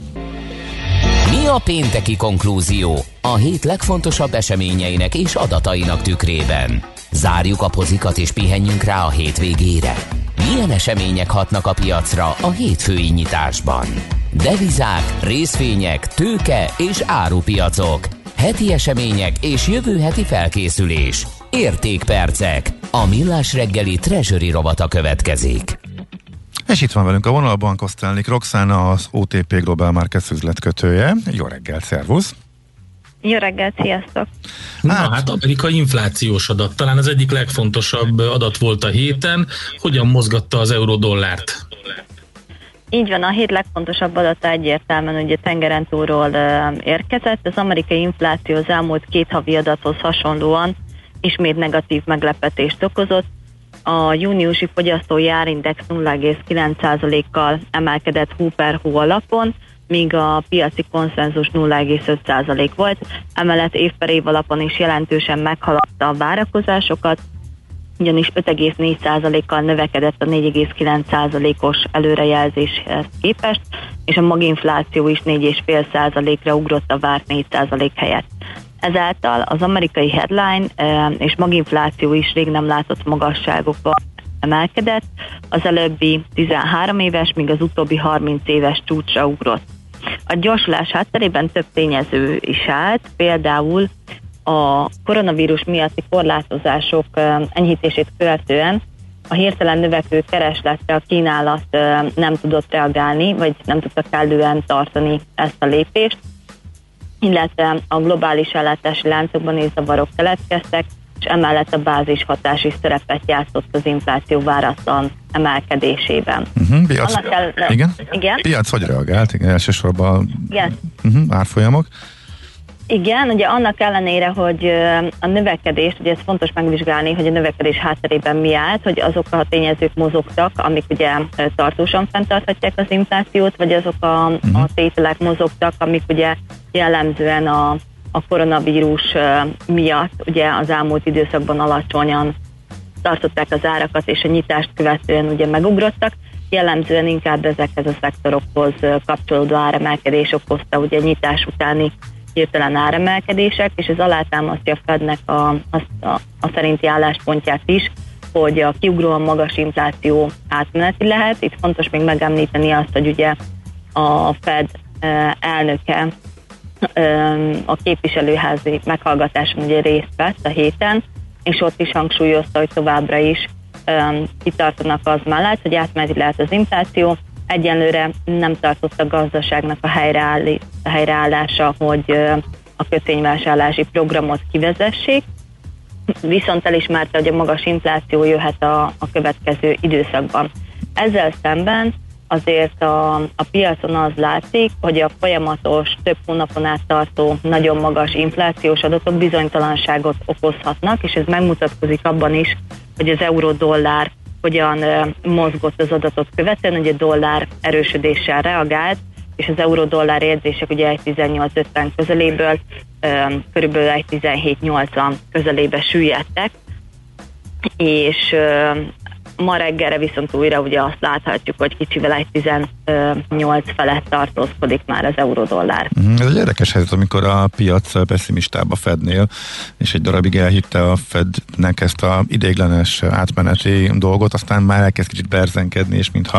Mi a pénteki konklúzió a hét legfontosabb eseményeinek és adatainak tükrében? Zárjuk a pozikat és pihenjünk rá a hétvégére. Milyen események hatnak a piacra a hétfői nyitásban? Devizák, részvények, tőke és árupiacok. Heti események és jövő heti felkészülés. Értékpercek. A Millás reggeli Treasury rovata következik. És itt van velünk a vonalban Kosztelnik Roxana, az o té pé Global Markets üzletkötője. Jó reggelt, szervusz! Jó reggelt, sziasztok! Na hát Amerika inflációs adat, talán az egyik legfontosabb adat volt a héten. Hogyan mozgatta az euró-dollárt? Így van, a hét legfontosabb adata egyértelműen ugye tengeren túlról érkezett. Az amerikai infláció az elmúlt két havi adathoz hasonlóan ismét negatív meglepetést okozott. A júniusi fogyasztói árindex nulla egész kilenc százalékkal emelkedett hó per hó alapon, míg a piaci konszenzus nulla egész öt százalék volt. Emellett év per év alapon is jelentősen meghaladta a várakozásokat, ugyanis öt egész négy százalékkal növekedett a négy egész kilenc százalékos előrejelzéshez képest, és a maginfláció is négy egész öt százalékra ugrott a várt négy százalék helyett. Ezáltal az amerikai headline és maginfláció is rég nem látott magasságokba emelkedett, az előbbi tizenhárom éves, míg az utóbbi harminc éves csúcsra ugrott. A gyorsulás hátterében több tényező is állt, például a koronavírus miatti korlátozások enyhítését követően a hirtelen növekvő keresletre a kínálat nem tudott reagálni, vagy nem tudta kellően tartani ezt a lépést, illetve a globális ellátási láncokban is zavarok keletkeztek, és emellett a bázishatás is szerepet játszott az infláció váratlan emelkedésében. Uh-huh, piac, kell, igen? igen? Piac hogy reagált? Igen, elsősorban igen. Uh-huh, árfolyamok? Igen, ugye annak ellenére, hogy a növekedés, ugye ez fontos megvizsgálni, hogy a növekedés hátterében mi állt, hogy azok a tényezők mozogtak, amik ugye tartósan fenntarthatják az inflációt, vagy azok a, uh-huh. a tételek mozogtak, amik ugye jellemzően a, a koronavírus miatt ugye az elmúlt időszakban alacsonyan tartották az árakat, és a nyitást követően ugye megugrottak. Jellemzően inkább ezekhez a szektorokhoz kapcsolódó áremelkedés okozta ugye nyitás utáni hirtelen áremelkedések, és ez alátámasztja a Fednek a, a, a, a szerinti álláspontját is, hogy a kiugróan magas infláció átmeneti lehet. Itt fontos még megemlíteni azt, hogy ugye a Fed elnöke a képviselőházi meghallgatáson ugye részt vett a héten, és ott is hangsúlyozta, hogy továbbra is kitartanak az mellett, hogy átmeneti lehet az infláció. Egyenlőre nem tartott a gazdaságnak a helyreállása, hogy a kötvényvásárlási programot kivezessék, viszont elismerte, hogy a magas infláció jöhet a, a következő időszakban. Ezzel szemben azért a, a piacon az látszik, hogy a folyamatos, több hónapon át tartó, nagyon magas inflációs adatok bizonytalanságot okozhatnak, és ez megmutatkozik abban is, hogy az euró-dollár hogyan mozgott az adatot követően, ugye dollár erősödéssel reagált, és az euró-dollár érzések ugye egy tizennyolc ötven közeléből körülbelül egy tizenhét nyolcvan közelébe süllyedtek, és ma reggelre viszont újra ugye azt láthatjuk, hogy kicsivel egy tizennyolc felett tartózkodik már az euró-dollár. Ez egy érdekes helyzet, amikor a piac pessimistább a Fednél, és egy darabig elhitte a Fednek ezt a ideiglenes átmeneti dolgot, aztán már elkezd kicsit berzenkedni, és mintha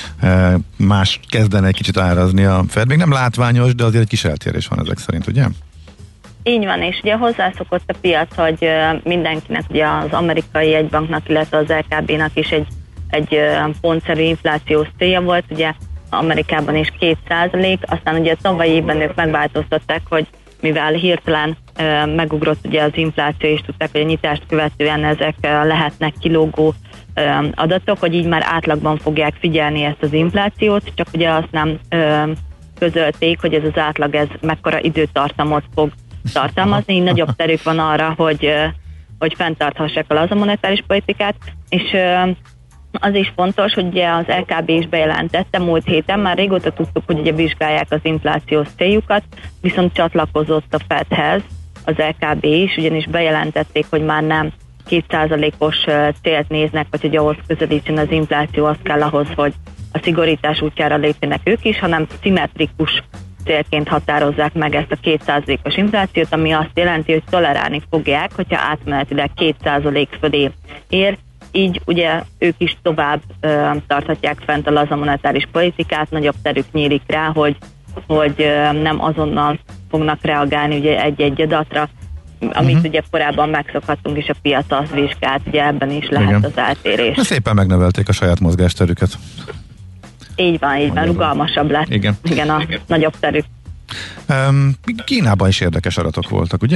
más kezdene egy kicsit árazni a Fed. Még nem látványos, de azért egy kis eltérés van ezek szerint, ugye? Így van, és ugye hozzászokott a piac, hogy mindenkinek, ugye az amerikai jegybanknak, illetve az el ká bé-nak is egy, egy pontszerű inflációs célja volt, ugye Amerikában is két százalék, aztán ugye tavalyi évben ők megváltoztatták, hogy mivel hirtelen megugrott ugye az infláció, és tudták, hogy a nyitást követően ezek lehetnek kilógó adatok, hogy így már átlagban fogják figyelni ezt az inflációt, csak ugye azt nem közölték, hogy ez az átlag, ez mekkora időtartamot fog tartalmazni, így nagyobb terük van arra, hogy, hogy fenntarthassák a laza monetáris politikát, és az is fontos, hogy ugye az el ká bé is bejelentette múlt héten, már régóta tudtuk, hogy ugye vizsgálják az inflációs céljukat, viszont csatlakozott a Fedhez az el ká bé is, ugyanis bejelentették, hogy már nem két százalékos célt néznek, vagy hogy ahhoz közelítsen az infláció, az kell ahhoz, hogy a szigorítás útjára lépjenek ők is, hanem szimmetrikus célként határozzák meg ezt a két százalékos inflációt, ami azt jelenti, hogy tolerálni fogják, hogyha átmenetileg két százalék fölé ér, így ugye ők is tovább ö, tarthatják fent a laza monetáris politikát, nagyobb terük nyílik rá, hogy, hogy ö, nem azonnal fognak reagálni ugye egy-egy adatra, amit uh-huh. ugye korábban megszokhattunk, és a piac azt vizsgált, ugye ebben is lehet igen. az eltérés. Szépen megnövelték a saját mozgásterüket. Így van, így van, rugalmasabb lett. Igen, Igen a Igen. nagyobb terük. Um, Kínában is érdekes adatok voltak, ugye?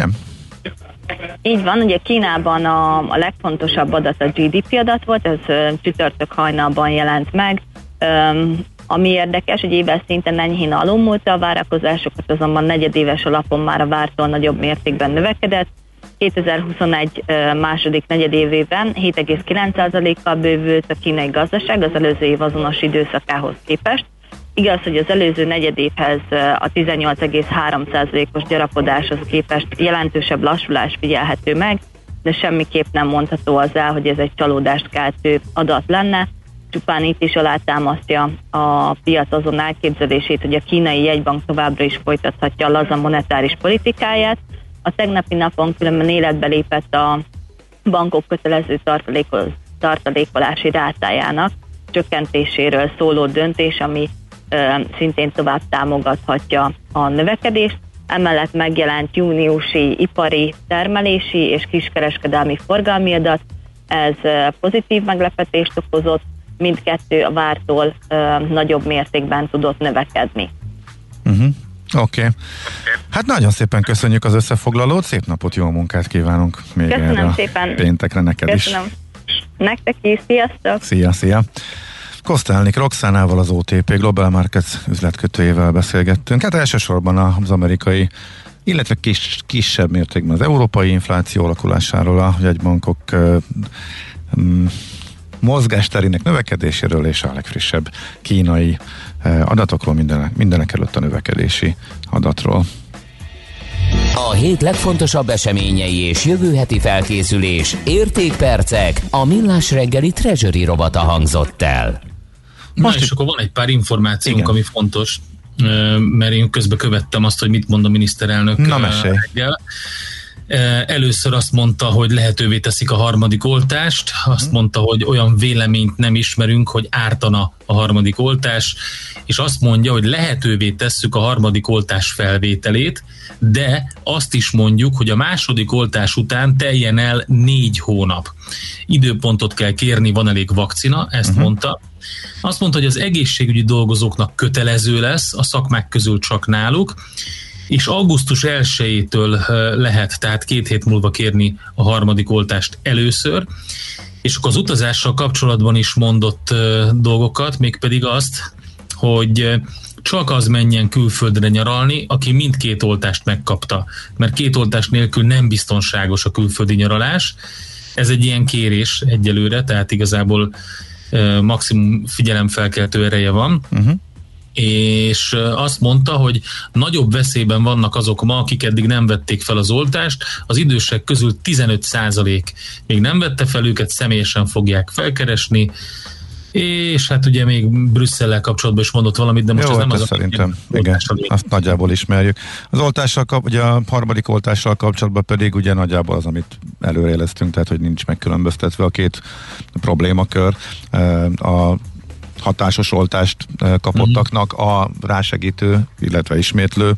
Így van, ugye Kínában a, a legfontosabb adat a gé dé pé adat volt, ez uh, csütörtök hajnalban jelent meg. Um, Ami érdekes, hogy éves szinten enyhén alulmúlta a várakozásokat, azonban negyedéves alapon már a vártól nagyobb mértékben növekedett. kétezer-huszonegy második negyedévében hét egész kilenc százalékkal bővült a kínai gazdaság az előző év azonos időszakához képest. Igaz, hogy az előző negyedévhez a tizennyolc egész három százalékos gyarapodáshoz képest jelentősebb lassulás figyelhető meg, de semmiképp nem mondható az el, hogy ez egy csalódást keltő adat lenne. Csupán itt is alátámasztja a piac azon elképzelését, hogy a kínai jegybank továbbra is folytathatja a laza monetáris politikáját. A tegnapi napon különben életbe lépett a bankok kötelező tartalékol, tartalékolási rátájának csökkentéséről szóló döntés, ami ö, szintén tovább támogathatja a növekedést. Emellett megjelent júniusi ipari termelési és kiskereskedelmi forgalmi adat, ez ö, pozitív meglepetést okozott, mindkettő a vártól ö, nagyobb mértékben tudott növekedni. Uh-huh. Oké. Okay. Hát nagyon szépen köszönjük az összefoglalót, szép napot, jó munkát kívánunk még Köszönöm erre szépen. Péntekre neked Köszönöm. is. Nektek is, sziasztok! Szia, szia! Kosztálnik Roxánával, az o té pé Global Markets üzletkötőjével beszélgettünk. Hát elsősorban az amerikai, illetve kis, kisebb mértékben az európai infláció alakulásáról, a jegybankok um, mozgásterének növekedéséről és a legfrissebb kínai adatokról, mindenek, mindenek előtt a növekedési adatról. A hét legfontosabb eseményei és jövő heti felkészülés, értékpercek, a Millás reggeli Treasury rovata hangzott el. Most Na, és akkor van egy pár információnk, igen, ami fontos, mert én közben követtem azt, hogy mit mond a miniszterelnök Na, reggel. Először azt mondta, hogy lehetővé teszik a harmadik oltást, azt mondta, hogy olyan véleményt nem ismerünk, hogy ártana a harmadik oltás, és azt mondja, hogy lehetővé tesszük a harmadik oltás felvételét, de azt is mondjuk, hogy a második oltás után teljen el négy hónap. Időpontot kell kérni, van elég vakcina, ezt uh-huh. mondta. Azt mondta, hogy az egészségügyi dolgozóknak kötelező lesz, a szakmák közül csak náluk, és augusztus elsejétől lehet, tehát két hét múlva kérni a harmadik oltást először, és akkor az utazással kapcsolatban is mondott dolgokat, mégpedig azt, hogy csak az menjen külföldre nyaralni, aki mindkét oltást megkapta, mert két oltás nélkül nem biztonságos a külföldi nyaralás. Ez egy ilyen kérés egyelőre, tehát igazából maximum figyelemfelkeltő ereje van. Uh-huh. És azt mondta, hogy nagyobb veszélyben vannak azok ma, akik eddig nem vették fel az oltást, az idősek közül tizenöt százalék még nem vette fel, őket személyesen fogják felkeresni, és hát ugye még Brüsszellel kapcsolatban is mondott valamit, de most Jó, ez nem hát az szerintem, a igen, azt nagyjából ismerjük. Az oltással, ugye a harmadik oltással kapcsolatban pedig ugye nagyjából az, amit előrejeleztünk, tehát hogy nincs megkülönböztetve a két problémakör. A hatásos oltást kapottaknak a rásegítő, illetve ismétlő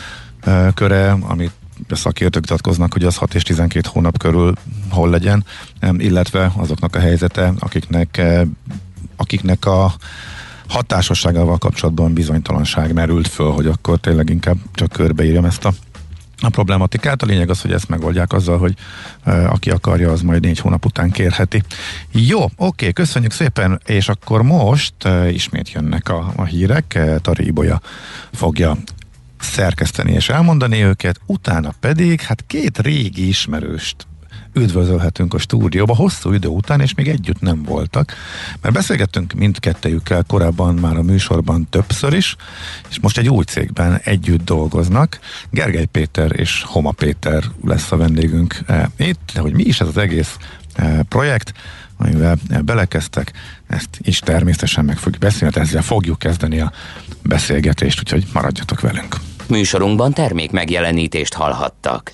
köre, amit a szakértők vitatkoznak, hogy az hat és tizenkét hónap körül hol legyen, illetve azoknak a helyzete, akiknek, akiknek a hatásosságával kapcsolatban bizonytalanság merült föl, hogy akkor tényleg inkább csak körbeírjam ezt a a problematikát. A lényeg az, hogy ezt megoldják azzal, hogy uh, aki akarja, az majd négy hónap után kérheti. Jó, oké, köszönjük szépen, és akkor most uh, ismét jönnek a, a hírek, Tari Ibolya fogja szerkeszteni és elmondani őket, utána pedig hát két régi ismerőst üdvözölhetünk a stúdióba hosszú idő után, és még együtt nem voltak, mert beszélgettünk mindkettejükkel korábban már a műsorban többször is, és most egy új cégben együtt dolgoznak. Gergely Péter és Homa Péter lesz a vendégünk itt, de hogy mi is ez az egész projekt, amivel belekezdtek, ezt is természetesen meg fogjuk beszélni, ezzel fogjuk kezdeni a beszélgetést, úgyhogy maradjatok velünk. Műsorunkban termék megjelenítést hallhattak.